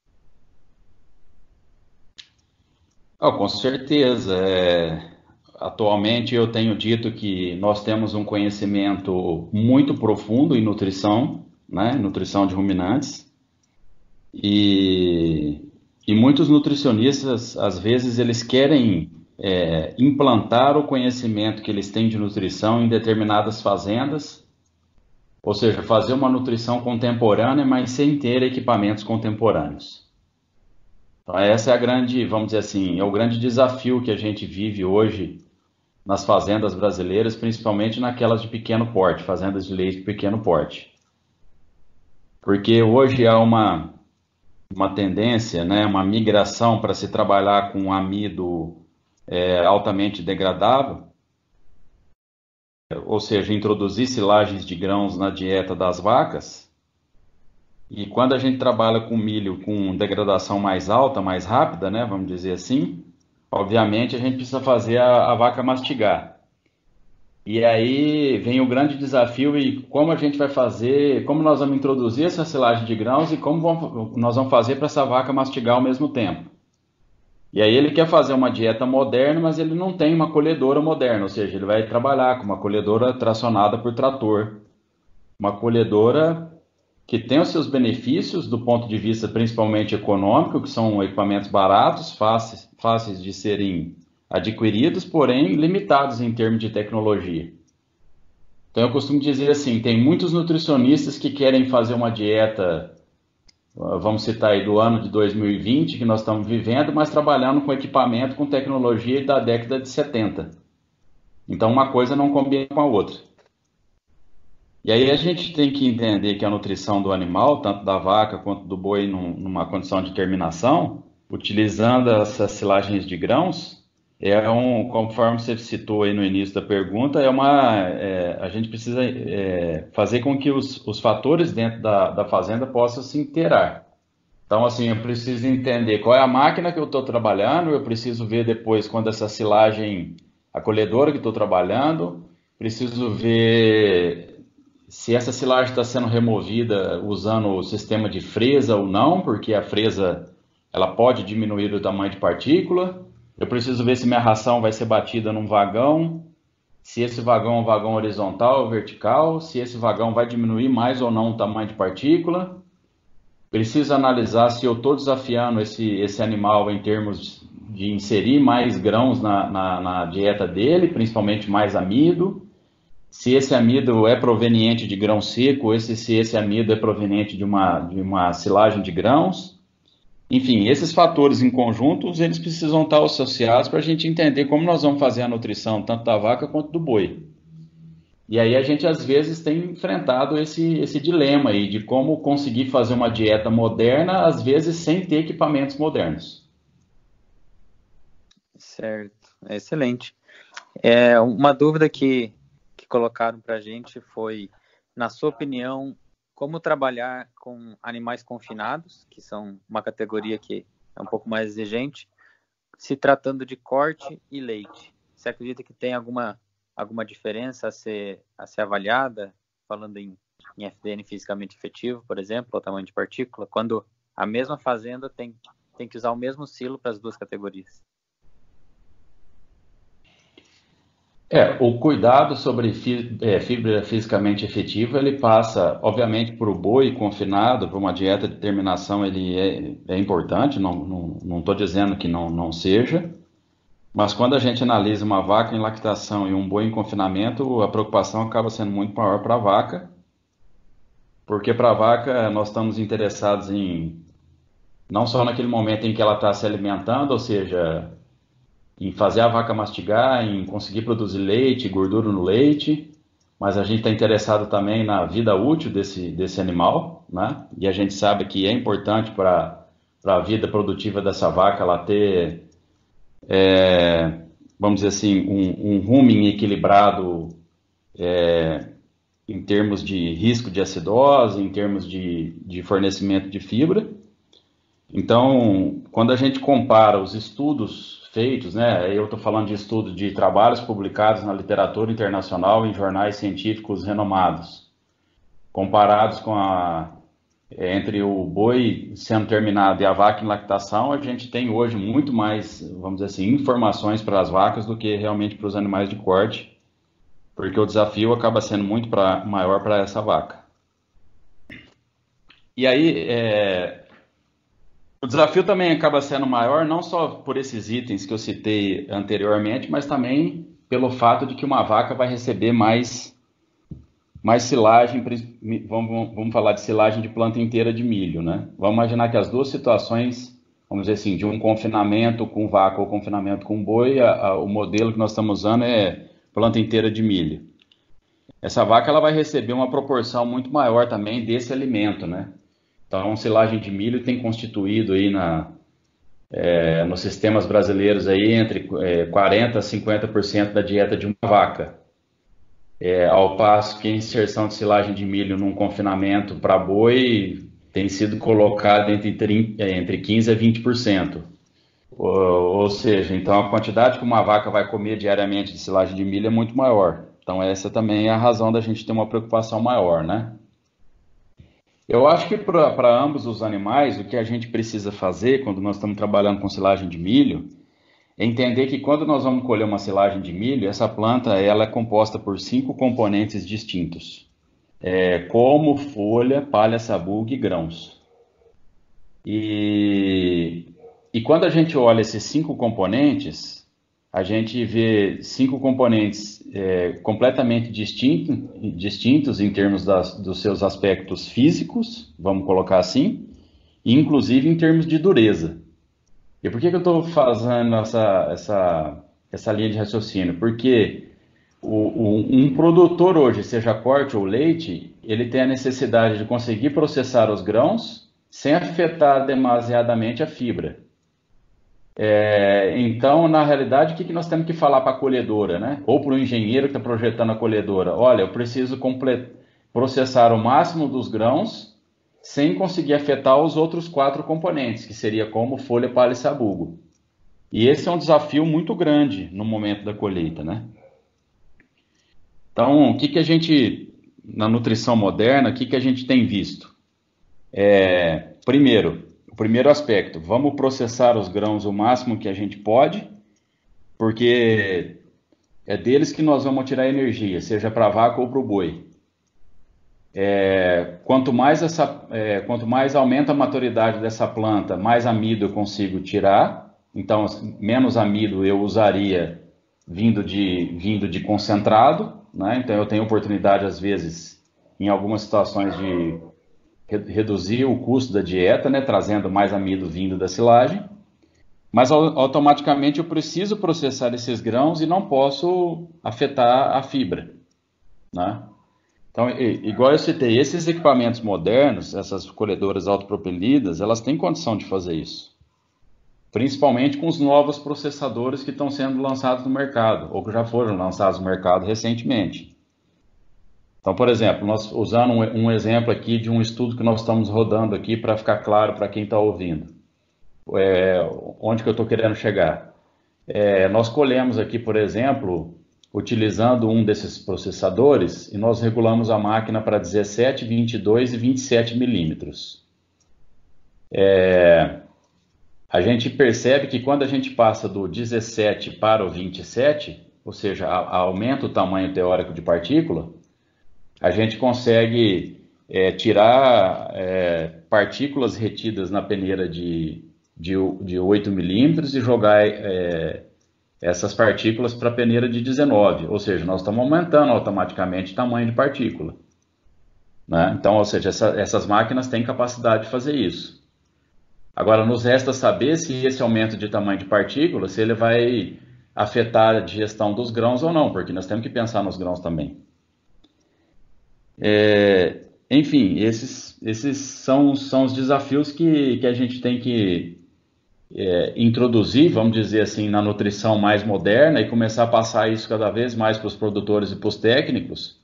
[SPEAKER 9] Com certeza. Atualmente eu tenho dito que nós temos um conhecimento muito profundo em nutrição, né, nutrição de ruminantes, e muitos nutricionistas, às vezes, eles querem implantar o conhecimento que eles têm de nutrição em determinadas fazendas, ou seja, fazer uma nutrição contemporânea, mas sem ter equipamentos contemporâneos. Então, essa é a grande, vamos dizer assim, é o grande desafio que a gente vive hoje nas fazendas brasileiras, principalmente naquelas de pequeno porte, fazendas de leite de pequeno porte. Porque hoje há uma tendência, né, uma migração para se trabalhar com amido altamente degradável, ou seja, introduzir silagens de grãos na dieta das vacas. E quando a gente trabalha com milho com degradação mais alta, mais rápida, né, vamos dizer assim, obviamente a gente precisa fazer a vaca mastigar. E aí vem o grande desafio, e como a gente vai fazer, como nós vamos introduzir essa silagem de grãos e como nós vamos fazer para essa vaca mastigar ao mesmo tempo. E aí ele quer fazer uma dieta moderna, mas ele não tem uma colhedora moderna, ou seja, ele vai trabalhar com uma colhedora tracionada por trator. Uma colhedora que tem os seus benefícios do ponto de vista principalmente econômico, que são equipamentos baratos, fáceis de serem adquiridos, porém limitados em termos de tecnologia. Então eu costumo dizer assim, tem muitos nutricionistas que querem fazer uma dieta, vamos citar aí do ano de 2020, que nós estamos vivendo, mas trabalhando com equipamento, com tecnologia da década de 70. Então uma coisa não combina com a outra. E aí a gente tem que entender que a nutrição do animal, tanto da vaca quanto do boi, numa condição de terminação, utilizando essas silagens de grãos, conforme você citou aí no início da pergunta, a gente precisa fazer com que os fatores dentro da fazenda possam se interar. Então, assim, eu preciso entender qual é a máquina que eu estou trabalhando, eu preciso ver depois quando essa silagem, a colhedora que estou trabalhando, preciso ver se essa silagem está sendo removida usando o sistema de fresa ou não, porque a fresa ela pode diminuir o tamanho de partícula. Eu preciso ver se minha ração vai ser batida num vagão, se esse vagão é um vagão horizontal ou vertical, se esse vagão vai diminuir mais ou não o tamanho de partícula. Preciso analisar se eu estou desafiando esse animal em termos de inserir mais grãos na dieta dele, principalmente mais amido. Se esse amido é proveniente de grão seco, ou se esse amido é proveniente de uma silagem de grãos. Enfim, esses fatores em conjuntos, eles precisam estar associados para a gente entender como nós vamos fazer a nutrição, tanto da vaca quanto do boi. E aí a gente, às vezes, tem enfrentado esse dilema aí de como conseguir fazer uma dieta moderna, às vezes, sem ter equipamentos modernos.
[SPEAKER 1] Certo, excelente. Uma dúvida que colocaram para a gente foi, na sua opinião, como trabalhar com animais confinados, que são uma categoria que é um pouco mais exigente, se tratando de corte e leite. Você acredita que tem alguma diferença a ser avaliada, falando em FDN fisicamente efetivo, por exemplo, ou tamanho de partícula, quando a mesma fazenda tem que usar o mesmo silo para as duas categorias?
[SPEAKER 9] O cuidado sobre fibra fisicamente efetiva, ele passa, obviamente, para o boi confinado, para uma dieta de terminação, ele é importante, não estou dizendo que não seja, mas quando a gente analisa uma vaca em lactação e um boi em confinamento, a preocupação acaba sendo muito maior para a vaca, porque para a vaca nós estamos interessados não só naquele momento em que ela está se alimentando, ou seja, em fazer a vaca mastigar, em conseguir produzir leite, gordura no leite, mas a gente está interessado também na vida útil desse animal, né? E a gente sabe que é importante para a vida produtiva dessa vaca ela ter, vamos dizer assim, um rumen equilibrado em termos de risco de acidose, em termos de fornecimento de fibra. Então, quando a gente compara os estudos feitos, né, eu estou falando de estudos de trabalhos publicados na literatura internacional em jornais científicos renomados, comparados entre o boi sendo terminado e a vaca em lactação, a gente tem hoje muito mais, vamos dizer assim, informações para as vacas do que realmente para os animais de corte, porque o desafio acaba sendo muito maior para essa vaca. E aí, o desafio também acaba sendo maior, não só por esses itens que eu citei anteriormente, mas também pelo fato de que uma vaca vai receber mais silagem, vamos falar de silagem de planta inteira de milho, né? Vamos imaginar que as duas situações, vamos dizer assim, de um confinamento com vaca ou confinamento com boi, o modelo que nós estamos usando é planta inteira de milho. Essa vaca ela vai receber uma proporção muito maior também desse alimento, né? Então, silagem de milho tem constituído aí nos sistemas brasileiros aí entre 40% a 50% da dieta de uma vaca. Ao passo que a inserção de silagem de milho num confinamento para boi tem sido colocada entre 15% a 20%. Ou seja, então a quantidade que uma vaca vai comer diariamente de silagem de milho é muito maior. Então essa também é a razão da gente ter uma preocupação maior, né? Eu acho que para ambos os animais, o que a gente precisa fazer quando nós estamos trabalhando com silagem de milho é entender que quando nós vamos colher uma silagem de milho, essa planta ela é composta por 5 componentes distintos, como folha, palha, sabugo e grãos. E quando a gente olha esses 5 componentes, a gente vê 5 componentes completamente distintos em termos dos seus aspectos físicos, vamos colocar assim, e inclusive em termos de dureza. E por que eu estou fazendo essa linha de raciocínio? Porque Um produtor hoje, seja corte ou leite, ele tem a necessidade de conseguir processar os grãos sem afetar demasiadamente a fibra. Então, na realidade, o que nós temos que falar para a colhedora, né? Ou para o engenheiro que está projetando a colhedora? Olha, eu preciso processar o máximo dos grãos sem conseguir afetar os outros 4 componentes, que seria como folha, palha e sabugo. E esse é um desafio muito grande no momento da colheita, né? Então, o que a gente, na nutrição moderna, o que a gente tem visto? O primeiro aspecto, vamos processar os grãos o máximo que a gente pode, porque é deles que nós vamos tirar energia, seja para a vaca ou para o boi. Quanto mais aumenta a maturidade dessa planta, mais amido eu consigo tirar. Então, menos amido eu usaria vindo de concentrado, né? Então, eu tenho oportunidade, às vezes, em algumas situações, de reduzir o custo da dieta, né? Trazendo mais amido vindo da silagem. Mas, automaticamente, eu preciso processar esses grãos e não posso afetar a fibra, né? Então, igual eu citei, esses equipamentos modernos, essas colhedoras autopropelidas, elas têm condição de fazer isso. Principalmente com os novos processadores que estão sendo lançados no mercado, ou que já foram lançados no mercado recentemente. Então, por exemplo, nós usando um exemplo aqui de um estudo que nós estamos rodando aqui para ficar claro para quem está ouvindo. Onde que eu estou querendo chegar? Nós colhemos aqui, por exemplo, utilizando um desses processadores, e nós regulamos a máquina para 17, 22 e 27 milímetros. A gente percebe que quando a gente passa do 17 para o 27, ou seja, aumenta o tamanho teórico de partícula, a gente consegue tirar partículas retidas na peneira de 8 milímetros e jogar essas partículas para a peneira de 19, ou seja, nós estamos aumentando automaticamente o tamanho de partícula, né? Então, ou seja, essas máquinas têm capacidade de fazer isso. Agora, nos resta saber se esse aumento de tamanho de partícula, se ele vai afetar a digestão dos grãos ou não, porque nós temos que pensar nos grãos também. Enfim, esses são os desafios que a gente tem que introduzir, vamos dizer assim, na nutrição mais moderna e começar a passar isso cada vez mais para os produtores e para os técnicos,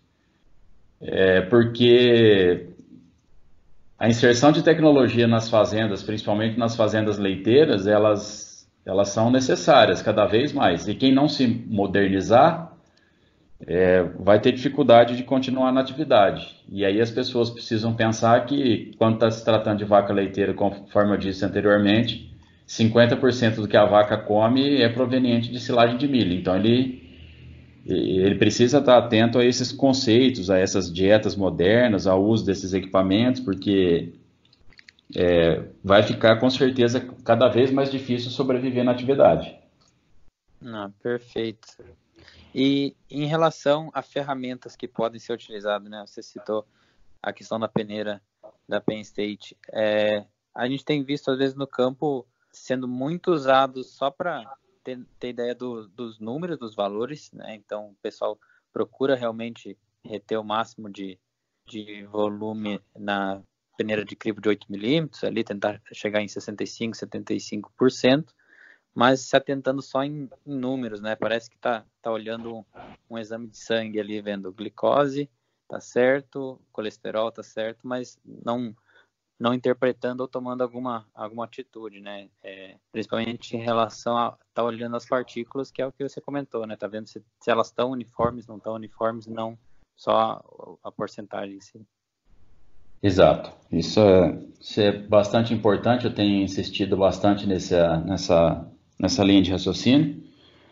[SPEAKER 9] porque a inserção de tecnologia nas fazendas, principalmente nas fazendas leiteiras, elas são necessárias cada vez mais. E quem não se modernizar vai ter dificuldade de continuar na atividade. E aí as pessoas precisam pensar que, quando está se tratando de vaca leiteira, conforme eu disse anteriormente, 50% do que a vaca come é proveniente de silagem de milho. Então, ele precisa estar atento a esses conceitos, a essas dietas modernas, ao uso desses equipamentos, porque vai ficar, com certeza, cada vez mais difícil sobreviver na atividade.
[SPEAKER 1] Perfeito. E em relação a ferramentas que podem ser utilizadas, né? Você citou a questão da peneira da Penn State. A gente tem visto, às vezes, no campo, sendo muito usado só para ter ideia dos números, dos valores, né? Então, o pessoal procura realmente reter o máximo de volume na peneira de crivo de 8 milímetros, ali tentar chegar em 65%, 75%, mas se atentando só em números, né? Parece que tá olhando um exame de sangue ali, vendo glicose, tá certo, colesterol tá certo, mas não interpretando ou tomando alguma atitude, né? Principalmente em relação a tá olhando as partículas, que é o que você comentou, né? Tá vendo se elas estão uniformes, não estão uniformes, não só a porcentagem em si.
[SPEAKER 9] Exato. Isso é bastante importante. Eu tenho insistido bastante nessa linha de raciocínio.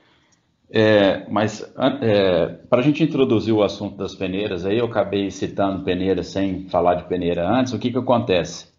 [SPEAKER 9] Mas para a gente introduzir o assunto das peneiras, aí eu acabei citando peneira sem falar de peneira antes. O que acontece?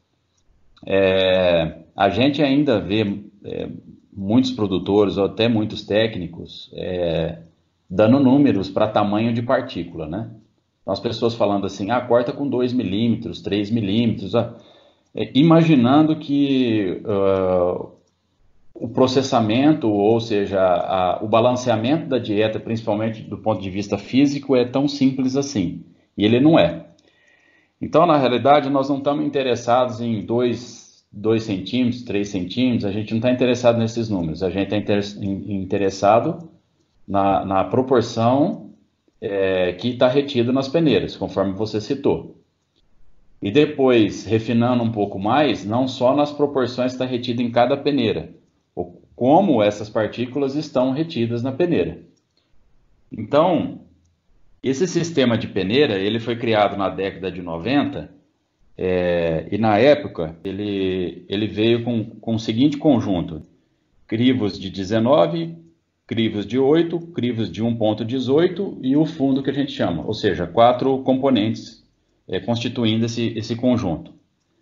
[SPEAKER 9] A gente ainda vê muitos produtores ou até muitos técnicos dando números para tamanho de partícula, né? Então, as pessoas falando assim, corta com 2 milímetros, 3 milímetros, imaginando que o processamento, ou seja, o balanceamento da dieta, principalmente do ponto de vista físico, é tão simples assim. E ele não é. Então, na realidade, nós não estamos interessados em 2 centímetros, 3 centímetros, a gente não está interessado nesses números, a gente está interessado na proporção que está retida nas peneiras, conforme você citou. E depois, refinando um pouco mais, não só nas proporções que está retida em cada peneira, como essas partículas estão retidas na peneira. Então, esse sistema de peneira, ele foi criado na década de 90, e na época ele veio com o seguinte conjunto: crivos de 19, crivos de 8, crivos de 1,18 e o fundo que a gente chama, ou seja, 4 componentes constituindo esse conjunto.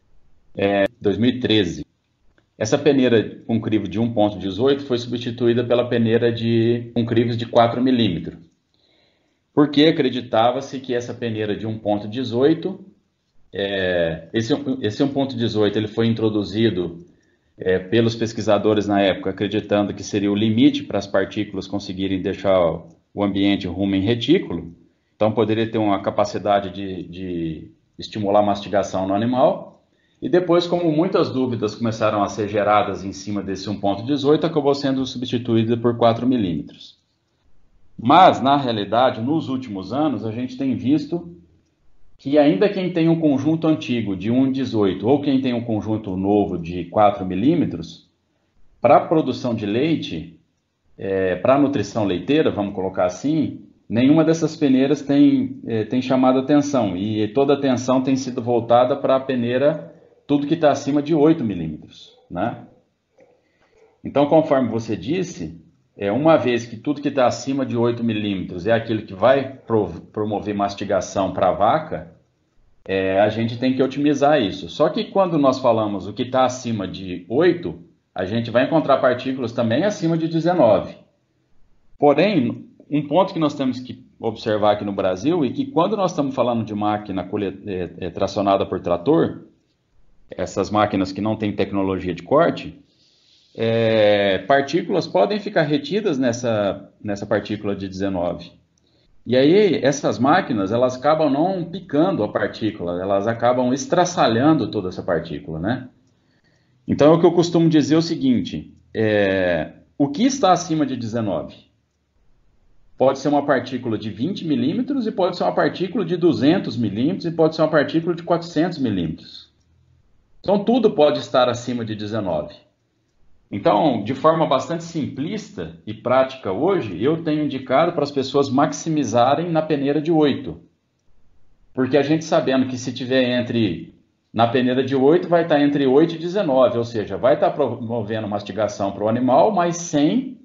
[SPEAKER 9] 2013. Essa peneira com crivo de 1,18 foi substituída pela peneira com crivos de 4 milímetros. Porque acreditava-se que essa peneira de 1,18, esse 1,18 ele foi introduzido pelos pesquisadores na época, acreditando que seria o limite para as partículas conseguirem deixar o ambiente rumo em retículo. Então poderia ter uma capacidade de estimular a mastigação no animal. E depois, como muitas dúvidas começaram a ser geradas em cima desse 1,18, acabou sendo substituída por 4 milímetros. Mas, na realidade, nos últimos anos, a gente tem visto que ainda quem tem um conjunto antigo de 1,18 ou quem tem um conjunto novo de 4 milímetros, para a produção de leite, para a nutrição leiteira, vamos colocar assim, nenhuma dessas peneiras tem chamado atenção. E toda a atenção tem sido voltada para a peneira, tudo que está acima de 8 milímetros, né? Então, conforme você disse, uma vez que tudo que está acima de 8 milímetros é aquilo que vai promover mastigação para a vaca, a gente tem que otimizar isso. Só que quando nós falamos o que está acima de 8, a gente vai encontrar partículas também acima de 19. Porém, um ponto que nós temos que observar aqui no Brasil é que quando nós estamos falando de máquina tracionada por trator, essas máquinas que não têm tecnologia de corte, partículas podem ficar retidas nessa partícula de 19. E aí, essas máquinas, elas acabam não picando a partícula, elas acabam estraçalhando toda essa partícula, né? Então, o que eu costumo dizer é o seguinte, o que está acima de 19? Pode ser uma partícula de 20 milímetros e pode ser uma partícula de 200 milímetros e pode ser uma partícula de 400 milímetros. Então, tudo pode estar acima de 19. Então, de forma bastante simplista e prática hoje, eu tenho indicado para as pessoas maximizarem na peneira de 8. Porque a gente sabendo que se tiver na peneira de 8, vai estar entre 8 e 19, ou seja, vai estar promovendo mastigação para o animal, mas sem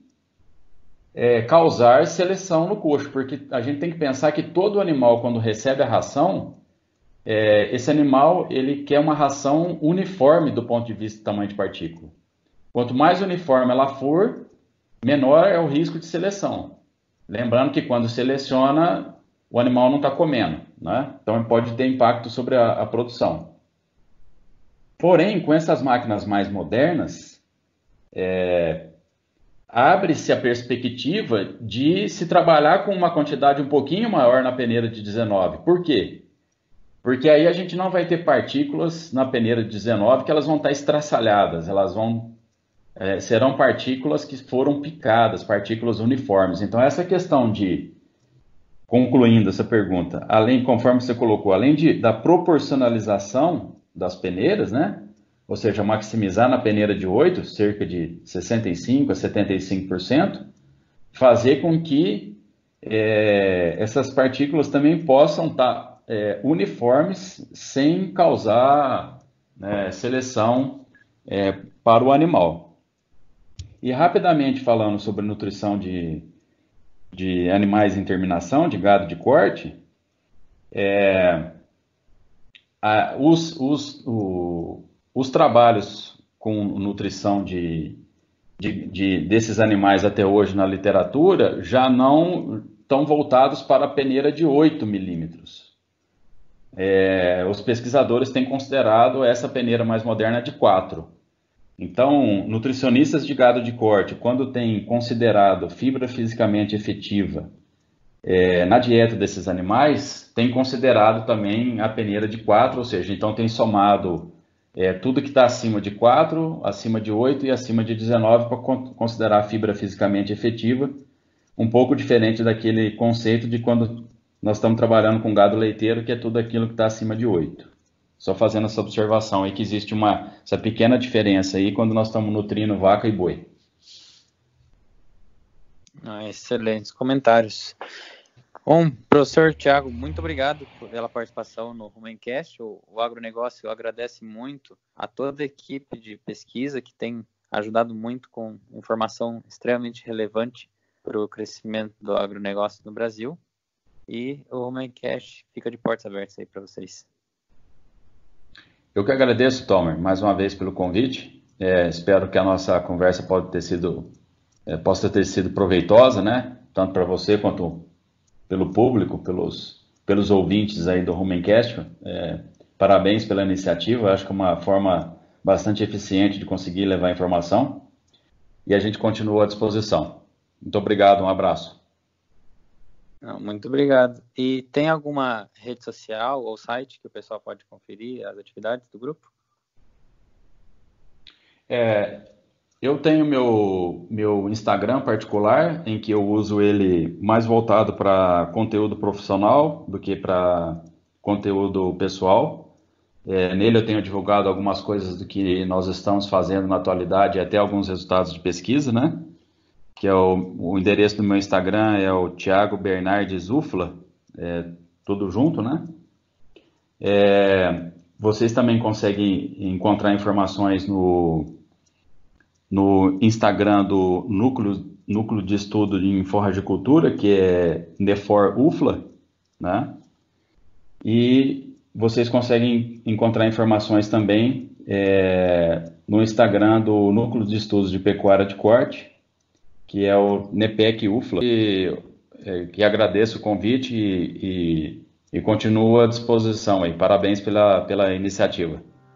[SPEAKER 9] causar seleção no coxo. Porque a gente tem que pensar que todo animal, quando recebe a ração, esse animal ele quer uma ração uniforme do ponto de vista do tamanho de partícula. Quanto mais uniforme ela for, menor é o risco de seleção. Lembrando que quando seleciona, o animal não está comendo, né? Então pode ter impacto sobre a produção. Porém, com essas máquinas mais modernas, abre-se a perspectiva de se trabalhar com uma quantidade um pouquinho maior na peneira de 19. Por quê? Porque aí a gente não vai ter partículas na peneira de 19 que elas vão estar estraçalhadas, elas serão partículas que foram picadas, partículas uniformes. Então, essa questão concluindo essa pergunta, conforme você colocou, além da proporcionalização das peneiras, né? Ou seja, maximizar na peneira de 8, cerca de 65% a 75%, fazer com que essas partículas também possam estar uniformes sem causar seleção para o animal. E rapidamente falando sobre nutrição de animais em terminação, de gado de corte, os trabalhos com nutrição desses animais até hoje na literatura já não estão voltados para a peneira de 8 milímetros. Os pesquisadores têm considerado essa peneira mais moderna de 4. Então, nutricionistas de gado de corte, quando têm considerado fibra fisicamente efetiva na dieta desses animais, têm considerado também a peneira de 4, ou seja, então tem somado tudo que está acima de 4, acima de 8 e acima de 19 para considerar a fibra fisicamente efetiva, um pouco diferente daquele conceito de quando nós estamos trabalhando com gado leiteiro, que é tudo aquilo que está acima de 8. Só fazendo essa observação aí que existe essa pequena diferença aí quando nós estamos nutrindo vaca e boi.
[SPEAKER 1] Excelentes comentários. Bom, professor Thiago, muito obrigado pela participação no Rumencast. O agronegócio agradece muito a toda a equipe de pesquisa que tem ajudado muito com informação extremamente relevante para o crescimento do agronegócio no Brasil. E o Rumencast fica de portas abertas aí para vocês.
[SPEAKER 9] Eu que agradeço, Tomer, mais uma vez pelo convite. Espero que a nossa conversa possa ter sido proveitosa, né? Tanto para você quanto pelo público, pelos ouvintes aí do Rumencast. Parabéns pela iniciativa, acho que é uma forma bastante eficiente de conseguir levar informação. E a gente continua à disposição. Muito obrigado, um abraço.
[SPEAKER 1] Muito obrigado. E tem alguma rede social ou site que o pessoal pode conferir as atividades do grupo?
[SPEAKER 9] Eu tenho meu Instagram particular, em que eu uso ele mais voltado para conteúdo profissional do que para conteúdo pessoal. Nele eu tenho divulgado algumas coisas do que nós estamos fazendo na atualidade e até alguns resultados de pesquisa, né? Que é o endereço do meu Instagram é o Thiago Bernardes Ufla, tudo junto, né? Vocês também conseguem encontrar informações no Instagram do Núcleo de Estudo em Forragicultura, que é Nefor Ufla, né? E vocês conseguem encontrar informações também no Instagram do Núcleo de Estudos de Pecuária de Corte, que é o NEPEC UFLA, que agradeço o convite e continuo à disposição aí. Parabéns pela iniciativa.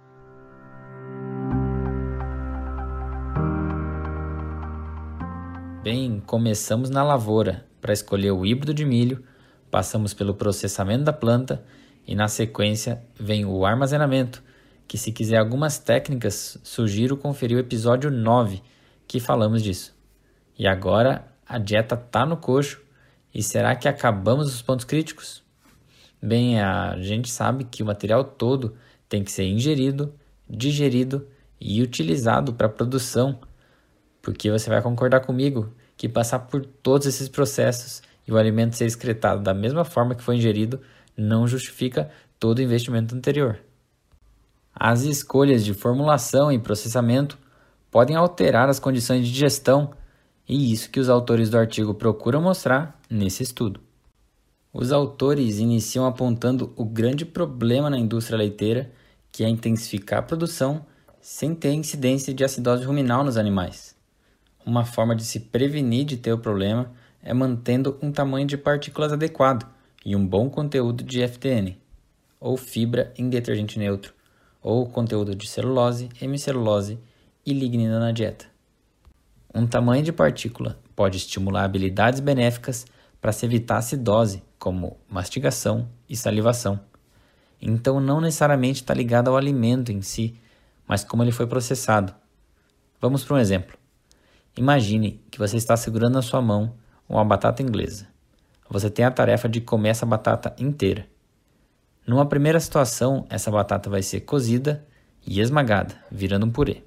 [SPEAKER 1] Bem, começamos na lavoura para escolher o híbrido de milho, passamos pelo processamento da planta e na sequência vem o armazenamento, que se quiser algumas técnicas, sugiro conferir o episódio 9, que falamos disso. E agora a dieta tá no coxo. E será que acabamos os pontos críticos? Bem, a gente sabe que o material todo tem que ser ingerido, digerido e utilizado para a produção. Porque você vai concordar comigo que passar por todos esses processos e o alimento ser excretado da mesma forma que foi ingerido não justifica todo o investimento anterior. As escolhas de formulação e processamento podem alterar as condições de digestão. E isso que os autores do artigo procuram mostrar nesse estudo. Os autores iniciam apontando o grande problema na indústria leiteira, que é intensificar a produção sem ter incidência de acidose ruminal nos animais. Uma forma de se prevenir de ter o problema é mantendo um tamanho de partículas adequado e um bom conteúdo de FTN, ou fibra em detergente neutro, ou conteúdo de celulose, hemicelulose e lignina na dieta. Um tamanho de partícula pode estimular habilidades benéficas para se evitar acidose, como mastigação e salivação. Então não necessariamente está ligado ao alimento em si, mas como ele foi processado. Vamos para um exemplo. Imagine que você está segurando na sua mão uma batata inglesa. Você tem a tarefa de comer essa batata inteira. Numa primeira situação, essa batata vai ser cozida e esmagada, virando um purê.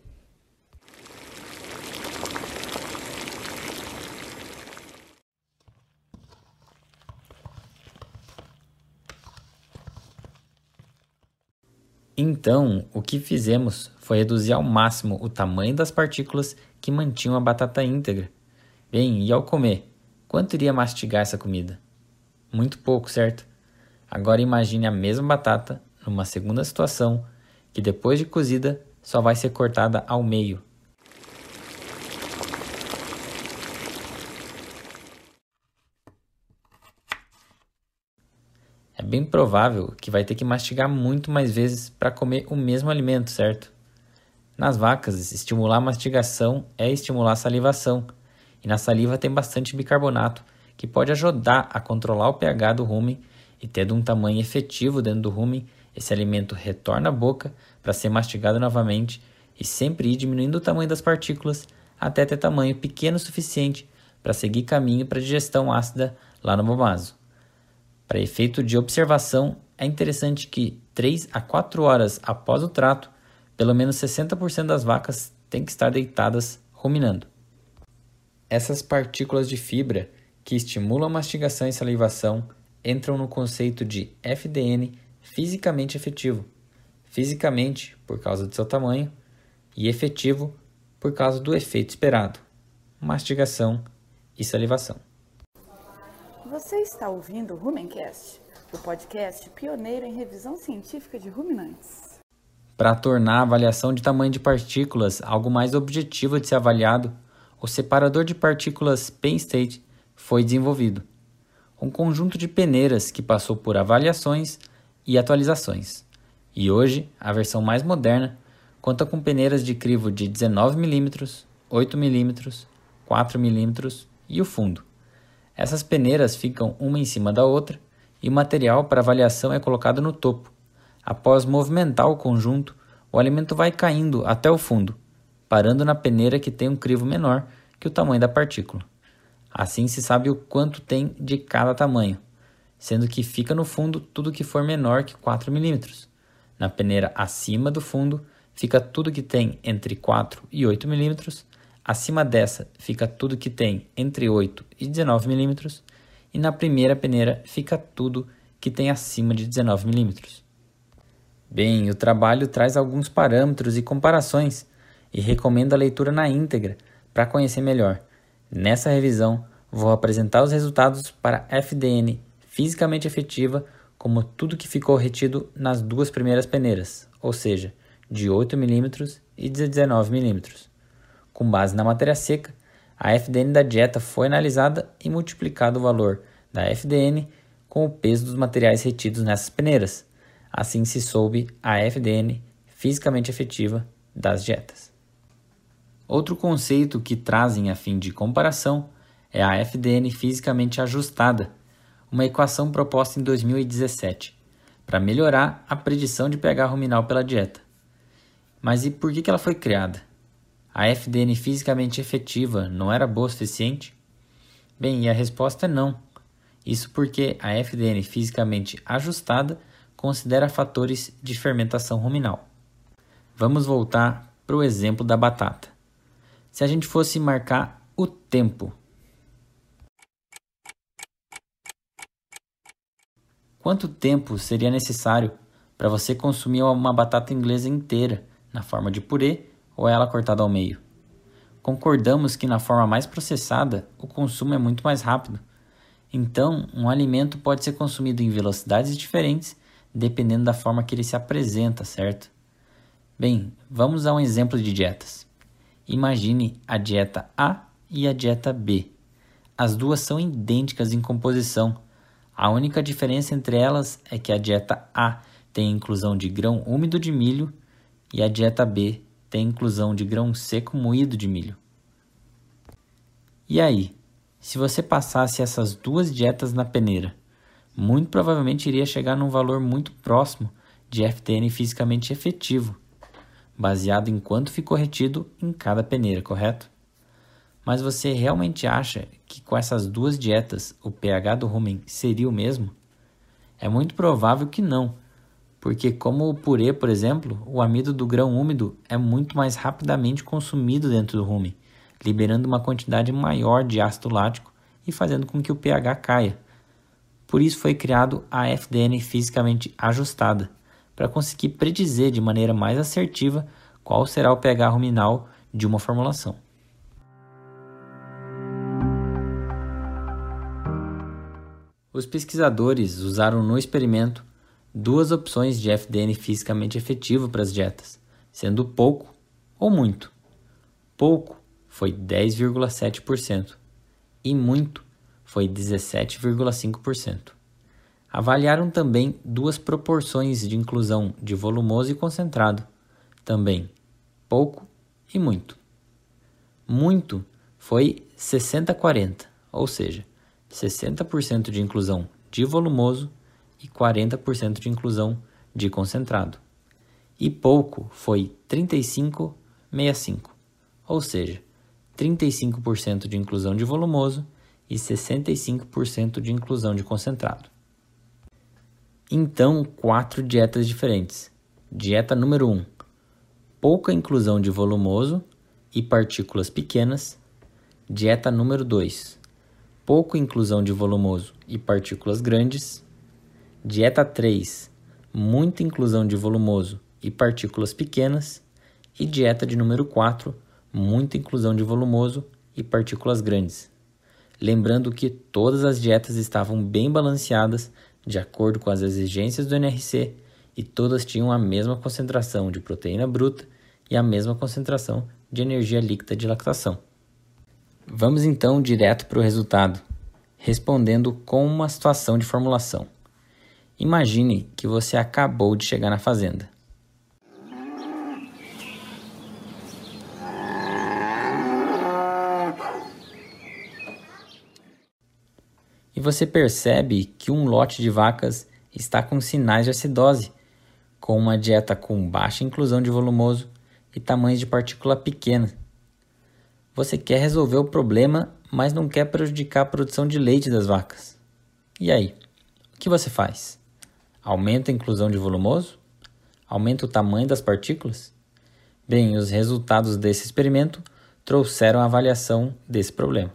[SPEAKER 1] Então, o que fizemos foi reduzir ao máximo o tamanho das partículas que mantinham a batata íntegra. Bem, e ao comer, quanto iria mastigar essa comida? Muito pouco, certo? Agora imagine a mesma batata numa segunda situação, que depois de cozida só vai ser cortada ao meio. É bem provável que vai ter que mastigar muito mais vezes para comer o mesmo alimento, certo? Nas vacas, estimular a mastigação é estimular a salivação, e na saliva tem bastante bicarbonato, que pode ajudar a controlar o pH do rumen, e tendo um tamanho efetivo dentro do rumen, esse alimento retorna à boca para ser mastigado novamente e sempre ir diminuindo o tamanho das partículas até ter tamanho pequeno o suficiente para seguir caminho para a digestão ácida lá no momaso. Para efeito de observação, é interessante que 3 a 4 horas após o trato, pelo menos 60% das vacas têm que estar deitadas ruminando. Essas partículas de fibra que estimulam a mastigação e salivação entram no conceito de FDN fisicamente efetivo. Fisicamente, por causa do seu tamanho, e efetivo, por causa do efeito esperado, mastigação e salivação.
[SPEAKER 8] Você está ouvindo o Rumencast, o podcast pioneiro em revisão científica de ruminantes.
[SPEAKER 1] Para tornar a avaliação de tamanho de partículas algo mais objetivo de ser avaliado, o separador de partículas Penn State foi desenvolvido. Um conjunto de peneiras que passou por avaliações e atualizações. E hoje, a versão mais moderna conta com peneiras de crivo de 19 mm, 8 mm, 4 mm e o fundo. Essas peneiras ficam uma em cima da outra e o material para avaliação é colocado no topo. Após movimentar o conjunto, o alimento vai caindo até o fundo, parando na peneira que tem um crivo menor que o tamanho da partícula. Assim se sabe o quanto tem de cada tamanho, sendo que fica no fundo tudo que for menor que 4 mm. Na peneira acima do fundo fica tudo que tem entre 4 e 8 mm, acima dessa fica tudo que tem entre 8 e 19 mm, e na primeira peneira fica tudo que tem acima de 19 mm. Bem, o trabalho traz alguns parâmetros e comparações e recomendo a leitura na íntegra para conhecer melhor. Nessa revisão, vou apresentar os resultados para FDN fisicamente efetiva como tudo que ficou retido nas duas primeiras peneiras, ou seja, de 8 mm e de 19 mm. Com base na matéria seca, a FDN da dieta foi analisada e multiplicado o valor da FDN com o peso dos materiais retidos nessas peneiras. Assim se soube a FDN fisicamente efetiva das dietas. Outro conceito que trazem a fim de comparação é a FDN fisicamente ajustada, uma equação proposta em 2017, para melhorar a predição de pH ruminal pela dieta. Mas e por que ela foi criada? A FDN fisicamente efetiva não era boa o suficiente? Bem, e a resposta é não. Isso porque a FDN fisicamente ajustada considera fatores de fermentação ruminal. Vamos voltar para o exemplo da batata. Se a gente fosse marcar o tempo, quanto tempo seria necessário para você consumir uma batata inglesa inteira, na forma de purê ou ela cortada ao meio? Concordamos que na forma mais processada, o consumo é muito mais rápido. Então, um alimento pode ser consumido em velocidades diferentes, dependendo da forma que ele se apresenta, certo? Bem, vamos a um exemplo de dietas. Imagine a dieta A e a dieta B. As duas são idênticas em composição. A única diferença entre elas é que a dieta A tem inclusão de grão úmido de milho e a dieta B tem inclusão de grão seco moído de milho. E aí, se você passasse essas duas dietas na peneira, muito provavelmente iria chegar num valor muito próximo de FDN fisicamente efetivo, baseado em quanto ficou retido em cada peneira, correto? Mas você realmente acha que com essas duas dietas o pH do rumen seria o mesmo? É muito provável que não, porque como o purê, por exemplo, o amido do grão úmido é muito mais rapidamente consumido dentro do rumen, liberando uma quantidade maior de ácido lático e fazendo com que o pH caia. Por isso foi criado a FDN fisicamente ajustada, para conseguir predizer de maneira mais assertiva qual será o pH ruminal de uma formulação. Os pesquisadores usaram no experimento duas opções de FDN fisicamente efetivo para as dietas, sendo pouco ou muito. Pouco foi 10,7% e muito foi 17,5%. Avaliaram também duas proporções de inclusão de volumoso e concentrado, também pouco e muito. Muito foi 60-40, ou seja, 60% de inclusão de volumoso e 40% de inclusão de concentrado. E pouco foi 35-65, ou seja, 35% de inclusão de volumoso e 65% de inclusão de concentrado. Então, 4 dietas diferentes. Dieta número 1, pouca inclusão de volumoso e partículas pequenas. Dieta número 2, pouca inclusão de volumoso e partículas grandes. Dieta 3, muita inclusão de volumoso e partículas pequenas. E dieta de número 4, muita inclusão de volumoso e partículas grandes. Lembrando que todas as dietas estavam bem balanceadas de acordo com as exigências do NRC e todas tinham a mesma concentração de proteína bruta e a mesma concentração de energia líquida de lactação. Vamos então direto para o resultado, respondendo com uma situação de formulação. Imagine que você acabou de chegar na fazenda. E você percebe que um lote de vacas está com sinais de acidose, com uma dieta com baixa inclusão de volumoso e tamanhos de partícula pequena. Você quer resolver o problema, mas não quer prejudicar a produção de leite das vacas. E aí, o que você faz? Aumenta a inclusão de volumoso? Aumenta o tamanho das partículas? Bem, os resultados desse experimento trouxeram a avaliação desse problema.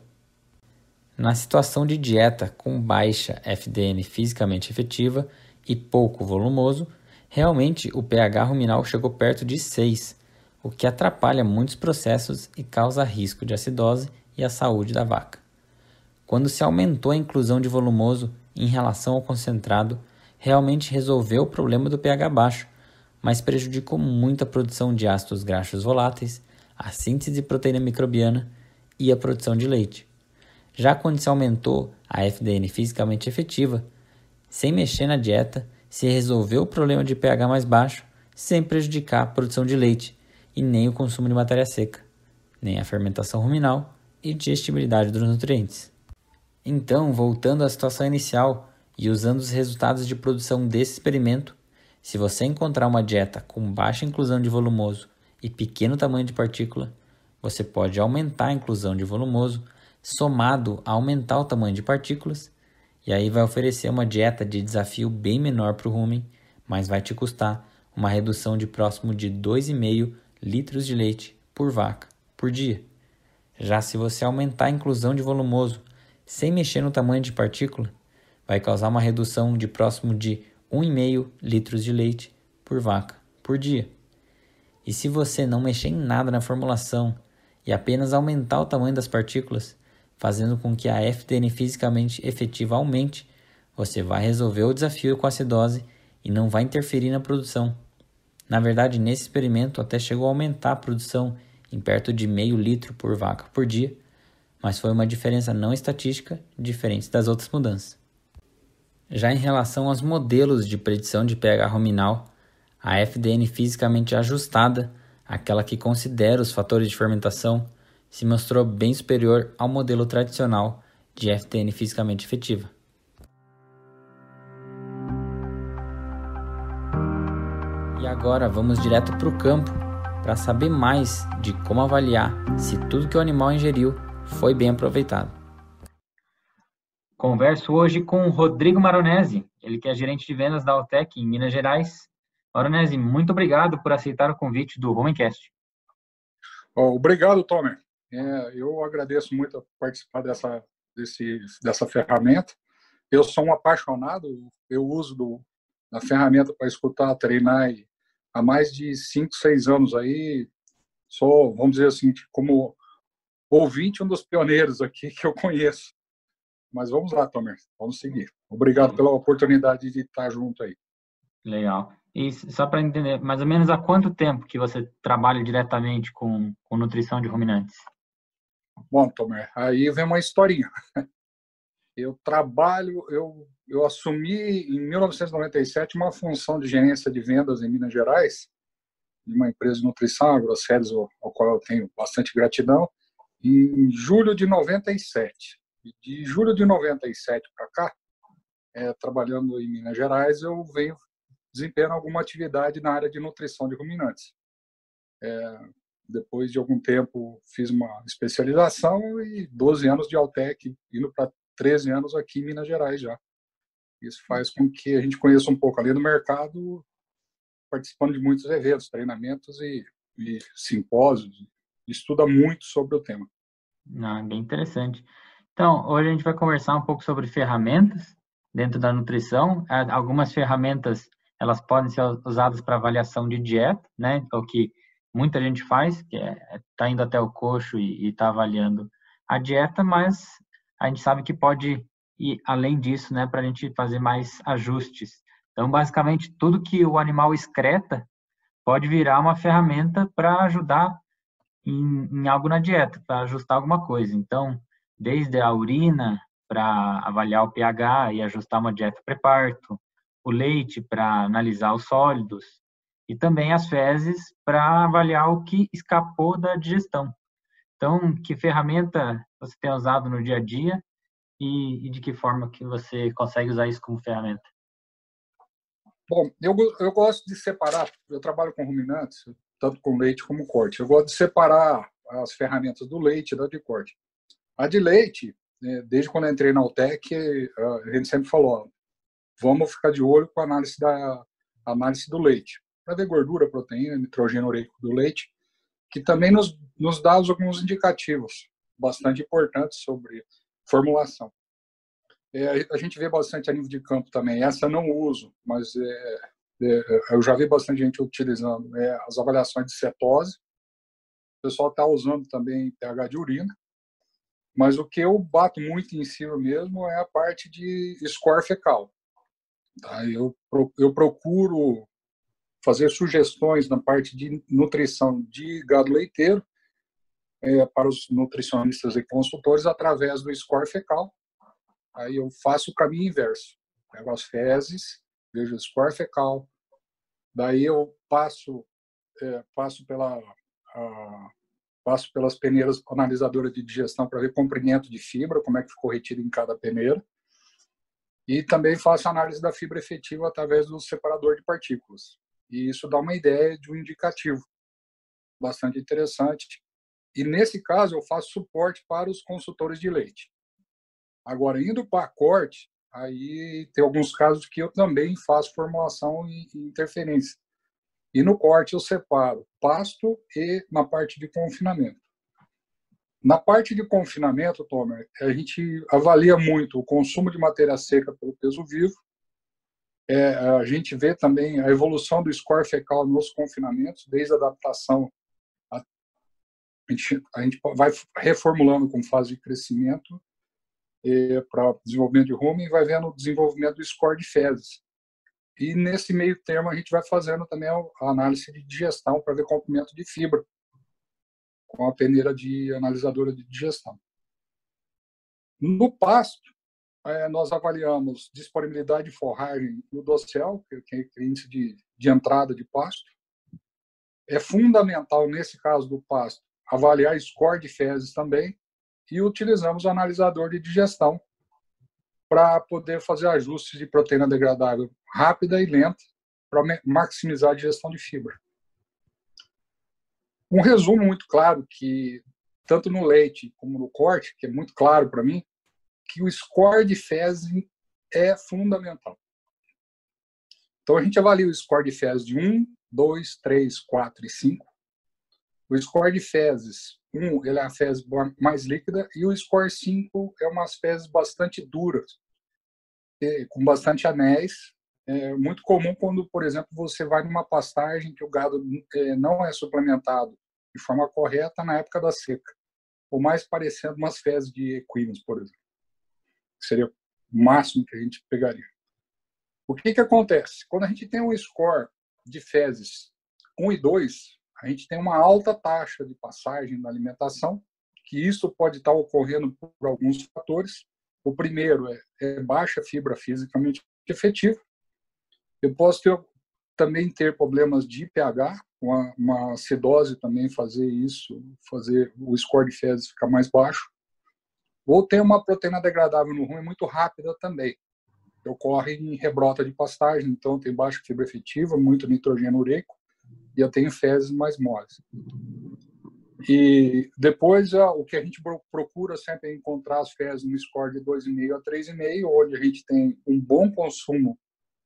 [SPEAKER 1] Na situação de dieta com baixa FDN fisicamente efetiva e pouco volumoso, realmente o pH ruminal chegou perto de 6, o que atrapalha muitos processos e causa risco de acidose e à saúde da vaca. Quando se aumentou a inclusão de volumoso em relação ao concentrado, realmente resolveu o problema do pH baixo, mas prejudicou muito a produção de ácidos graxos voláteis, a síntese de proteína microbiana e a produção de leite. Já quando se aumentou a FDN fisicamente efetiva, sem mexer na dieta, se resolveu o problema de pH mais baixo, sem prejudicar a produção de leite e nem o consumo de matéria seca, nem a fermentação ruminal e digestibilidade dos nutrientes. Então, voltando à situação inicial e usando os resultados de produção desse experimento, se você encontrar uma dieta com baixa inclusão de volumoso e pequeno tamanho de partícula, você pode aumentar a inclusão de volumoso somado a aumentar o tamanho de partículas, e aí vai oferecer uma dieta de desafio bem menor para o rumen, mas vai te custar uma redução de próximo de 2,5 litros de leite por vaca por dia. Já se você aumentar a inclusão de volumoso sem mexer no tamanho de partícula, vai causar uma redução de próximo de 1,5 litros de leite por vaca por dia. E se você não mexer em nada na formulação e apenas aumentar o tamanho das partículas, fazendo com que a FDN fisicamente efetiva aumente, você vai resolver o desafio com a acidose e não vai interferir na produção. Na verdade, nesse experimento até chegou a aumentar a produção em perto de 0,5 litro por vaca por dia, mas foi uma diferença não estatística, diferente das outras mudanças. Já em relação aos modelos de predição de pH ruminal, a FDN fisicamente ajustada, aquela que considera os fatores de fermentação, se mostrou bem superior ao modelo tradicional de FDN fisicamente efetiva. E agora vamos direto para o campo para saber mais de como avaliar se tudo que o animal ingeriu foi bem aproveitado. Converso hoje com o Rodrigo Maronese, ele que é gerente de vendas da Altec em Minas Gerais. Maronese, muito obrigado por aceitar o convite do Rumencast.
[SPEAKER 10] Obrigado, Tomer. Eu agradeço muito a participar dessa ferramenta. Eu sou um apaixonado, eu uso da ferramenta para escutar, treinar há mais de 5, 6 anos aí. Sou, vamos dizer assim, como ouvinte, um dos pioneiros aqui que eu conheço. Mas vamos lá, Tomer, vamos seguir. Obrigado pela oportunidade de estar junto aí.
[SPEAKER 1] Legal. E só para entender, mais ou menos há quanto tempo que você trabalha diretamente com nutrição de ruminantes?
[SPEAKER 10] Bom, Tomer, aí vem uma historinha. Eu assumi em 1997 uma função de gerência de vendas em Minas Gerais de uma empresa de nutrição, AgroSéries, ao qual eu tenho bastante gratidão, em julho de 97. De julho de 97 para cá, trabalhando em Minas Gerais, eu venho desempenhando alguma atividade na área de nutrição de ruminantes. Depois de algum tempo, fiz uma especialização e 12 anos de Altec, indo para 13 anos aqui em Minas Gerais já. Isso faz com que a gente conheça um pouco ali do mercado, participando de muitos eventos, treinamentos e simpósios, estuda muito sobre o tema.
[SPEAKER 1] Bem interessante. Então, hoje a gente vai conversar um pouco sobre ferramentas dentro da nutrição. Algumas ferramentas, elas podem ser usadas para avaliação de dieta, né? O que muita gente faz, que tá indo até o coxo e está avaliando a dieta, mas a gente sabe que pode ir além disso, né? Para a gente fazer mais ajustes. Então, basicamente, tudo que o animal excreta pode virar uma ferramenta para ajudar em algo na dieta, para ajustar alguma coisa. Então, desde a urina para avaliar o pH e ajustar uma dieta pré-parto, o leite para analisar os sólidos e também as fezes para avaliar o que escapou da digestão. Então, que ferramenta você tem usado no dia a dia e de que forma que você consegue usar isso como ferramenta?
[SPEAKER 10] Bom, eu gosto de separar, eu trabalho com ruminantes, tanto com leite como corte. Eu gosto de separar as ferramentas do leite e da de corte. A de leite, desde quando eu entrei na Altec, a gente sempre falou, vamos ficar de olho com a análise do leite, para ver gordura, proteína, nitrogênio ureico do leite, que também nos dá alguns indicativos bastante importantes sobre formulação. A gente vê bastante a nível de campo também. Essa eu não uso, mas eu já vi bastante gente utilizando as avaliações de cetose. O pessoal está usando também pH de urina. Mas o que eu bato muito em cima mesmo é a parte de score fecal. Tá? Eu procuro fazer sugestões na parte de nutrição de gado leiteiro para os nutricionistas e consultores através do score fecal. Aí eu faço o caminho inverso. Pego as fezes, vejo o score fecal, daí eu passo pelas peneiras analisadoras de digestão para ver comprimento de fibra, como é que ficou retido em cada peneira. E também faço análise da fibra efetiva através do separador de partículas. E isso dá uma ideia de um indicativo bastante interessante. E nesse caso eu faço suporte para os consultores de leite. Agora, indo para corte, aí tem alguns casos que eu também faço formulação e interferência. E no corte eu separo pasto e na parte de confinamento. Na parte de confinamento, Tomer, a gente avalia muito o consumo de matéria seca pelo peso vivo. A gente vê também a evolução do score fecal nos confinamentos, desde a adaptação. A gente vai reformulando com fase de crescimento para desenvolvimento de rumen e vai vendo o desenvolvimento do score de fezes. E nesse meio termo a gente vai fazendo também a análise de digestão para ver comprimento de fibra com a peneira de analisadora de digestão. No pasto, nós avaliamos disponibilidade de forragem no dossel, que é o índice de entrada de pasto. É fundamental, nesse caso do pasto, avaliar score de fezes também, e utilizamos o analisador de digestão para poder fazer ajustes de proteína degradável rápida e lenta para maximizar a digestão de fibra. Um resumo muito claro que, tanto no leite como no corte, que é muito claro para mim, que o score de fezes é fundamental. Então, a gente avalia o score de fezes de 1, 2, 3, 4 e 5. O score de fezes 1 ele é a fezes mais líquida e o score 5 é umas fezes bastante duras, com bastante anéis. É muito comum quando, por exemplo, você vai numa pastagem que o gado não é suplementado de forma correta na época da seca, ou mais parecendo umas fezes de equinos, por exemplo. Seria o máximo que a gente pegaria. O que acontece? Quando a gente tem um score de fezes 1 e 2, a gente tem uma alta taxa de passagem na alimentação, que isso pode estar ocorrendo por alguns fatores. O primeiro é baixa fibra fisicamente efetiva. Eu posso também ter problemas de pH, uma acidose também fazer isso, fazer o score de fezes ficar mais baixo. Ou ter uma proteína degradável no rumen muito rápida também. Ocorre em rebrota de pastagem, então tem baixa fibra efetiva, muito nitrogênio ureico, e eu tenho fezes mais moles. E depois, o que a gente procura sempre é encontrar as fezes no score de 2,5 a 3,5, onde a gente tem um bom consumo,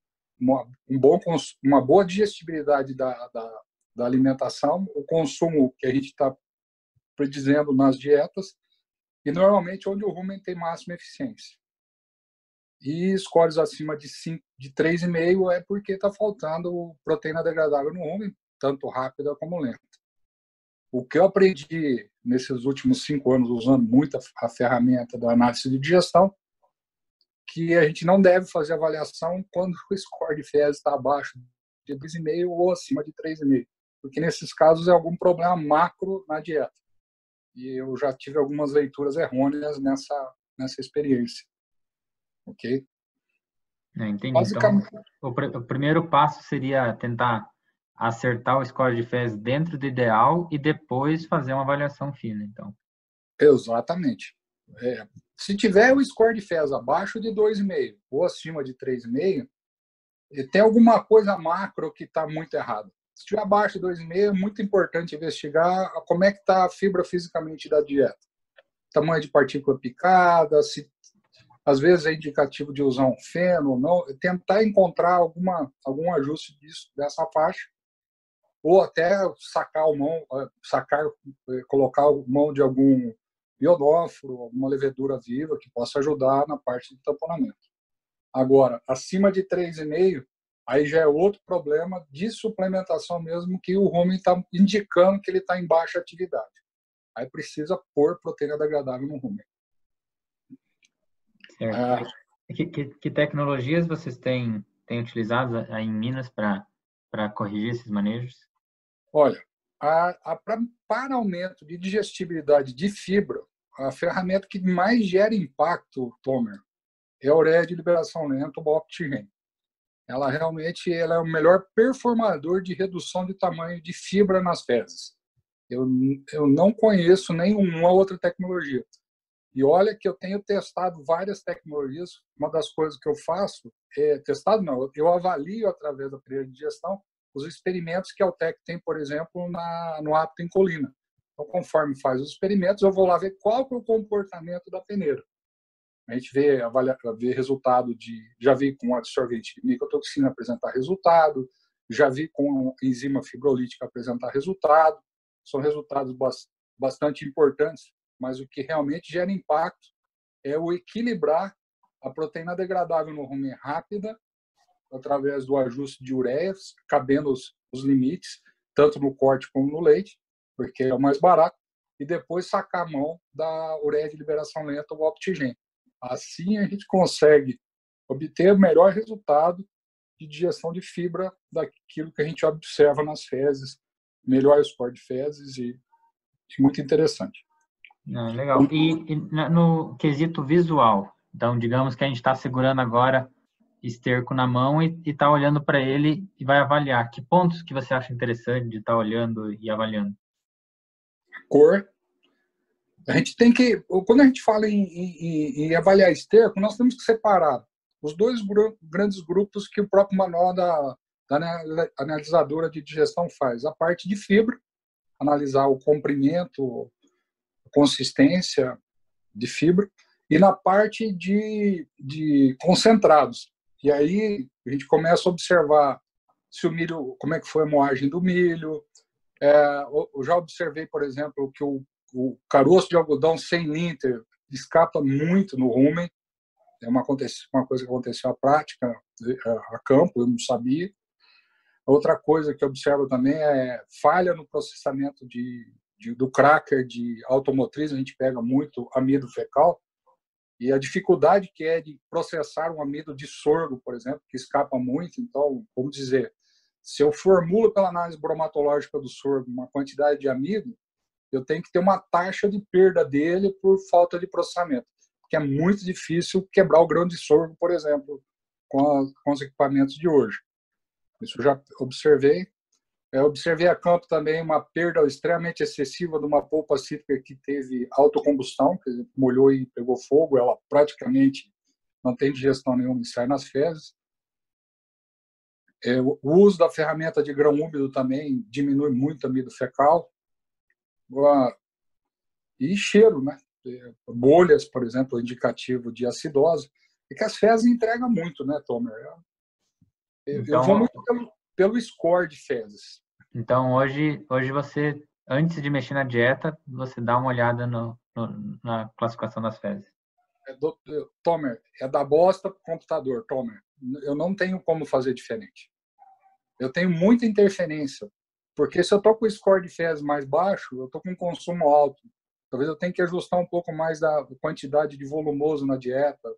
[SPEAKER 10] uma boa digestibilidade da alimentação, o consumo que a gente está predizendo nas dietas, e normalmente onde o rumen tem máxima eficiência. E scores acima de 3,5 é porque está faltando proteína degradável no rumen, tanto rápida como lenta. O que eu aprendi nesses últimos 5 anos, usando muito a ferramenta da análise de digestão, que a gente não deve fazer avaliação quando o score de fezes está abaixo de 2,5 ou acima de 3,5, porque nesses casos é algum problema macro na dieta. E eu já tive algumas leituras errôneas nessa experiência. Ok?
[SPEAKER 1] Entendi. Basicamente... Então, o primeiro passo seria tentar acertar o score de fezes dentro do ideal e depois fazer uma avaliação fina, então.
[SPEAKER 10] Exatamente. Se tiver o score de fezes abaixo de 2,5 ou acima de 3,5, tem alguma coisa macro que está muito errada. Se estiver abaixo de 2,5, é muito importante investigar como é que está a fibra fisicamente da dieta. Tamanho de partícula picada, se às vezes é indicativo de usar um feno ou não, tentar encontrar algum ajuste dessa faixa, ou até colocar a mão de algum ionóforo, alguma levedura viva que possa ajudar na parte de tamponamento. Agora, acima de 3,5, aí já é outro problema de suplementação mesmo, que o rumen está indicando que ele está em baixa atividade. Aí precisa pôr proteína degradável no rumen.
[SPEAKER 1] Certo. Que tecnologias vocês têm utilizado aí em Minas para corrigir esses manejos?
[SPEAKER 10] Olha, para aumento de digestibilidade de fibra, a ferramenta que mais gera impacto, Tomer, é a ureia de liberação lenta, o OptiGen. Ela realmente é o melhor performador de redução de tamanho de fibra nas fezes. Eu não conheço nenhuma outra tecnologia. E olha que eu tenho testado várias tecnologias. Uma das coisas que eu faço eu avalio através da peneira de digestão os experimentos que a Altec tem, por exemplo, no Apto em Colina. Então, conforme faz os experimentos, eu vou lá ver qual que é o comportamento da peneira. A gente vê resultado já vi com adsorvente de micotoxina apresentar resultado, já vi com enzima fibrolítica apresentar resultado. São resultados bastante importantes, mas o que realmente gera impacto é o equilibrar a proteína degradável no rumen rápida, através do ajuste de ureias, cabendo os limites, tanto no corte como no leite, porque é o mais barato, e depois sacar a mão da ureia de liberação lenta, o OptiGen. Assim a gente consegue obter o melhor resultado de digestão de fibra daquilo que a gente observa nas fezes, melhor score de fezes e muito interessante.
[SPEAKER 1] Legal. E no quesito visual, então digamos que a gente está segurando agora esterco na mão e está olhando para ele e vai avaliar. Que pontos que você acha interessante de estar olhando e avaliando?
[SPEAKER 10] Cor. A gente tem que, quando a gente fala em avaliar esterco, nós temos que separar os dois grandes grupos que o próprio manual da analisadora de digestão faz. A parte de fibra, analisar o comprimento, a consistência de fibra, e na parte de concentrados. E aí a gente começa a observar se o milho, como é que foi a moagem do milho. Eu já observei, por exemplo, que o caroço de algodão sem linter escapa muito no rumen. É uma coisa que aconteceu à prática, a campo, eu não sabia. Outra coisa que eu observo também é falha no processamento do cracker de automotriz. A gente pega muito amido fecal, e a dificuldade que é de processar um amido de sorgo, por exemplo, que escapa muito. Então, vamos dizer, se eu formulo pela análise bromatológica do sorgo uma quantidade de amido, eu tenho que ter uma taxa de perda dele por falta de processamento, porque é muito difícil quebrar o grão de sorgo, por exemplo, com os equipamentos de hoje. Isso eu já observei. Eu observei a campo também uma perda extremamente excessiva de uma polpa cítrica que teve autocombustão, quer dizer, molhou e pegou fogo, ela praticamente não tem digestão nenhuma e sai nas fezes. O uso da ferramenta de grão úmido também diminui muito o amido fecal. E cheiro, né? Bolhas, por exemplo, indicativo de acidose. E que as fezes entregam muito, né, Tomer? Eu vou muito pelo score de fezes.
[SPEAKER 1] Então, hoje você, antes de mexer na dieta, você dá uma olhada na classificação das fezes.
[SPEAKER 10] Tomer, é da bosta para o computador, Tomer. Eu não tenho como fazer diferente. Eu tenho muita interferência, porque se eu estou com o score de fezes mais baixo, eu estou com um consumo alto. Talvez eu tenha que ajustar um pouco mais da quantidade de volumoso na dieta.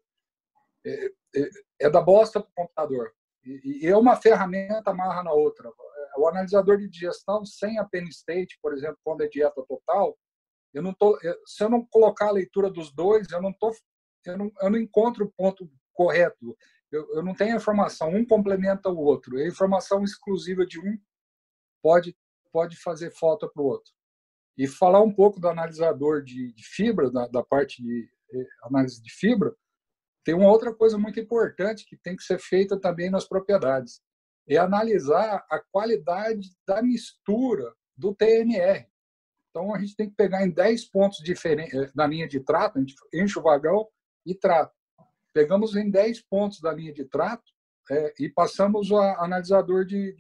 [SPEAKER 10] É da bosta para o computador. E é uma ferramenta amarra na outra. O analisador de digestão sem a penny state, por exemplo, quando é dieta total, se eu não colocar a leitura dos dois, eu não encontro o ponto correto. Eu não tenho a informação, um complementa o outro. A informação exclusiva de um pode fazer falta para o outro. E falar um pouco do analisador de fibra, da parte de análise de fibra, tem uma outra coisa muito importante que tem que ser feita também nas propriedades. É analisar a qualidade da mistura do TNR. Então, a gente tem que pegar em 10 pontos diferentes na linha de trato, a gente enche o vagão e trata. Pegamos em 10 pontos da linha de trato e passamos o analisador de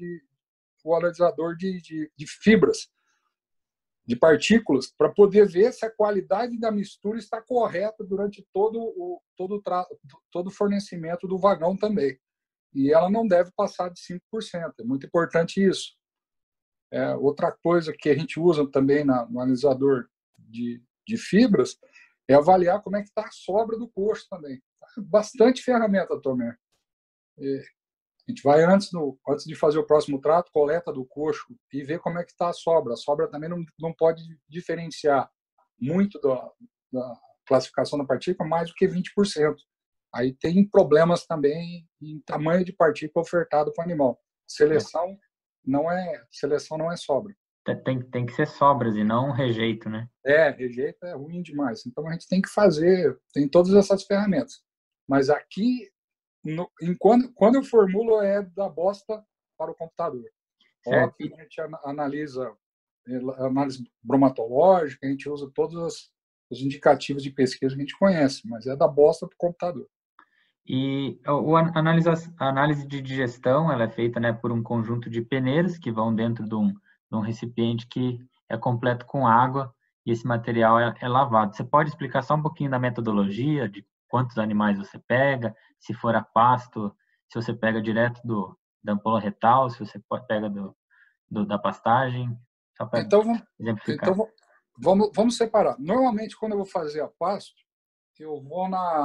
[SPEAKER 10] fibras, de partículas, para poder ver se a qualidade da mistura está correta durante todo o fornecimento do vagão também. E ela não deve passar de 5%. É muito importante isso. Outra coisa que a gente usa também no analisador de fibras é avaliar como é que está a sobra do coxo também. Bastante ferramenta, Tomer. A gente vai antes de fazer o próximo trato, coleta do coxo e vê como é que está a sobra. A sobra também não pode diferenciar muito da classificação da partícula mais do que 20%. Aí tem problemas também em tamanho de partícula ofertado para o animal. Seleção não é sobra.
[SPEAKER 1] Tem que ser sobras e não rejeito, né?
[SPEAKER 10] Rejeito é ruim demais. Então a gente tem que fazer, tem todas essas ferramentas. Mas aqui, quando eu formulo, é da bosta para o computador. Óbvio que a gente analisa análise bromatológica, a gente usa todos os indicativos de pesquisa que a gente conhece, mas é da bosta para o computador.
[SPEAKER 1] E a análise de digestão, ela é feita, né, por um conjunto de peneiras que vão dentro de um recipiente que é completo com água e esse material é lavado. Você pode explicar só um pouquinho da metodologia, de quantos animais você pega, se for a pasto, se você pega direto da ampola retal, se você pega da pastagem? Só para exemplificar.
[SPEAKER 10] Então vamos separar. Normalmente, quando eu vou fazer a pasto, eu vou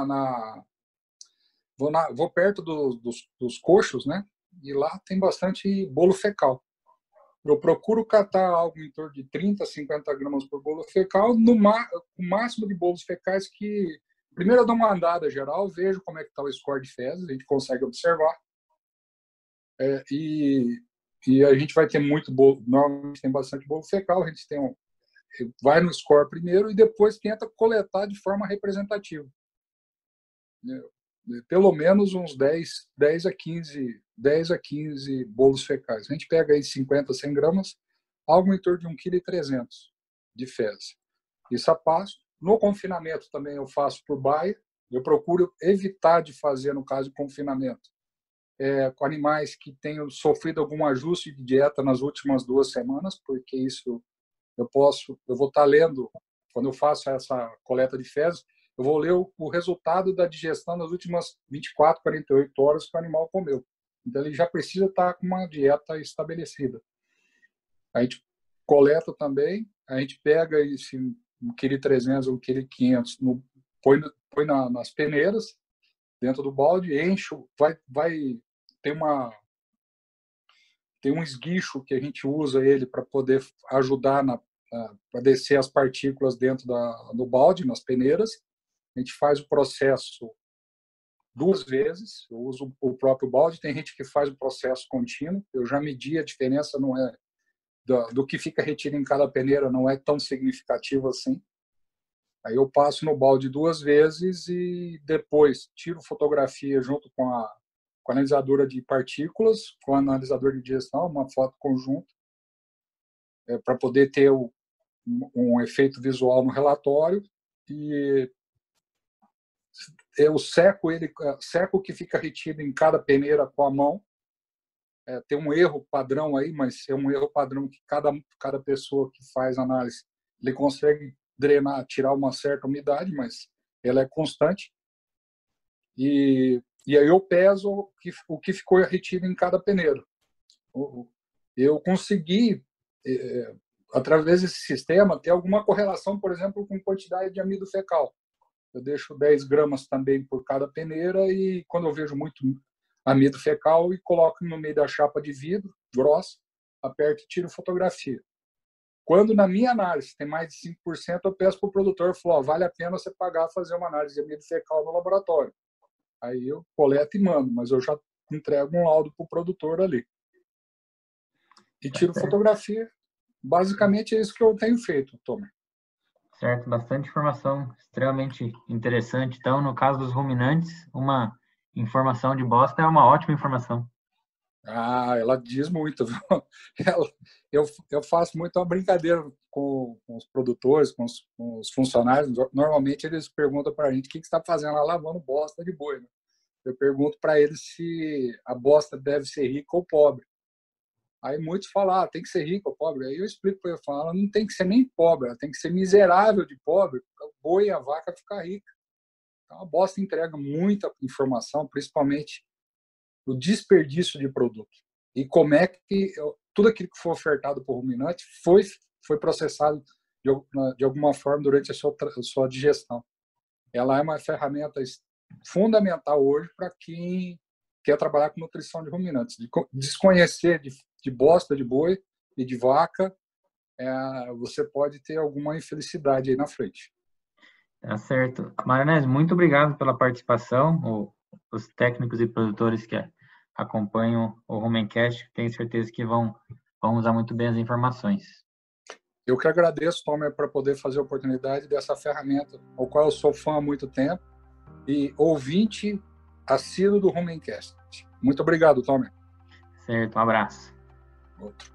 [SPEAKER 10] vou perto dos coxos, né? E lá tem bastante bolo fecal. Eu procuro catar algo em torno de 30, 50 gramas por bolo fecal, o máximo de bolos fecais que... Primeiro eu dou uma andada geral, vejo como é que está o score de fezes, a gente consegue observar. E a gente vai ter muito bolo, normalmente tem bastante bolo fecal, a gente vai no score primeiro e depois tenta coletar de forma representativa. Pelo menos uns 10 a 15 bolos fecais. A gente pega aí 50, 100 gramas, algo em torno de 1,3 kg de fezes. Isso a pasto. No confinamento também eu faço por baia. Eu procuro evitar de fazer, no caso de confinamento, com animais que tenham sofrido algum ajuste de dieta nas últimas 2 semanas, porque isso eu vou estar lendo, quando eu faço essa coleta de fezes, eu vou ler o resultado da digestão nas últimas 24, 48 horas que o animal comeu. Então, ele já precisa estar com uma dieta estabelecida. A gente coleta também, a gente pega esse 1,3 kg, 1,5 kg, põe nas peneiras, dentro do balde, enche, tem um esguicho que a gente usa ele para poder ajudar para descer as partículas dentro do balde, nas peneiras. A gente faz o processo 2 vezes, eu uso o próprio balde, tem gente que faz o processo contínuo, eu já medi a diferença, não é do que fica retido em cada peneira não é tão significativo assim. Aí eu passo no balde 2 vezes e depois tiro fotografia junto com a analisadora de partículas, com o analisador de digestão, uma foto conjunta, para poder ter um efeito visual no relatório. E eu seco o que fica retido em cada peneira com a mão. Tem um erro padrão aí, mas é um erro padrão que cada pessoa que faz análise ele consegue drenar, tirar uma certa umidade, mas ela é constante. E aí eu peso o que ficou retido em cada peneira. Eu consegui, através desse sistema, ter alguma correlação, por exemplo, com quantidade de amido fecal. Eu deixo 10 gramas também por cada peneira e quando eu vejo muito amido fecal, e coloco no meio da chapa de vidro, grossa, aperto e tiro fotografia. Quando na minha análise tem mais de 5%, eu peço para o produtor, vale a pena você pagar fazer uma análise de amido fecal no laboratório. Aí eu coleto e mando, mas eu já entrego um laudo para o produtor ali. E tiro fotografia. Basicamente é isso que eu tenho feito, Tomer.
[SPEAKER 1] Certo, bastante informação, extremamente interessante. Então, no caso dos ruminantes, uma informação de bosta é uma ótima informação.
[SPEAKER 10] Ela diz muito. Eu faço muito uma brincadeira com os produtores, com os funcionários. Normalmente eles perguntam para a gente o que você está fazendo lá, lavando bosta de boi. Né? Eu pergunto para eles se a bosta deve ser rica ou pobre. Aí muitos falam, tem que ser rica ou pobre. Aí eu explico para eles, ela não tem que ser nem pobre, ela tem que ser miserável de pobre para o boi e a vaca ficar rica. Então a bosta entrega muita informação, principalmente o desperdício de produto. E como é que tudo aquilo que foi ofertado por ruminante foi processado de alguma forma durante a sua digestão. Ela é uma ferramenta fundamental hoje para quem quer trabalhar com nutrição de ruminantes. Desconhecer de bosta de boi e de vaca, você pode ter alguma infelicidade aí na frente.
[SPEAKER 1] Tá certo. Marinés, muito obrigado pela participação. Os técnicos e produtores que acompanham o Rumencast, tenho certeza que vão usar muito bem as informações.
[SPEAKER 10] Eu que agradeço, Tomer, para poder fazer a oportunidade dessa ferramenta, ao qual eu sou fã há muito tempo, e ouvinte assíduo do Rumencast. Muito obrigado, Tomer.
[SPEAKER 1] Certo, um abraço.
[SPEAKER 10] Outro.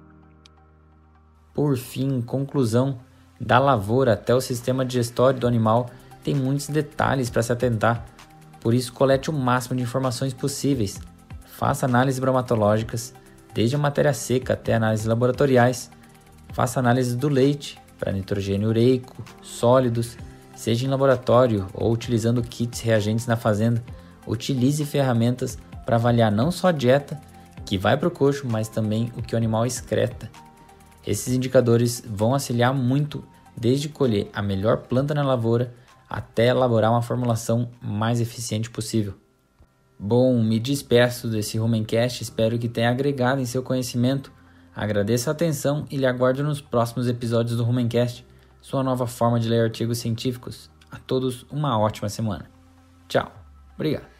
[SPEAKER 1] Por fim, conclusão, da lavoura até o sistema digestório do animal tem muitos detalhes para se atentar. Por isso, colete o máximo de informações possíveis. Faça análises bromatológicas, desde a matéria seca até análises laboratoriais. Faça análise do leite para nitrogênio ureico, sólidos, seja em laboratório ou utilizando kits reagentes na fazenda. Utilize ferramentas para avaliar não só a dieta, que vai para o coxo, mas também o que o animal excreta. Esses indicadores vão auxiliar muito desde colher a melhor planta na lavoura até elaborar uma formulação mais eficiente possível. Bom, me despeço desse Rumencast, espero que tenha agregado em seu conhecimento. Agradeço a atenção e lhe aguardo nos próximos episódios do Rumencast, sua nova forma de ler artigos científicos. A todos uma ótima semana. Tchau. Obrigado.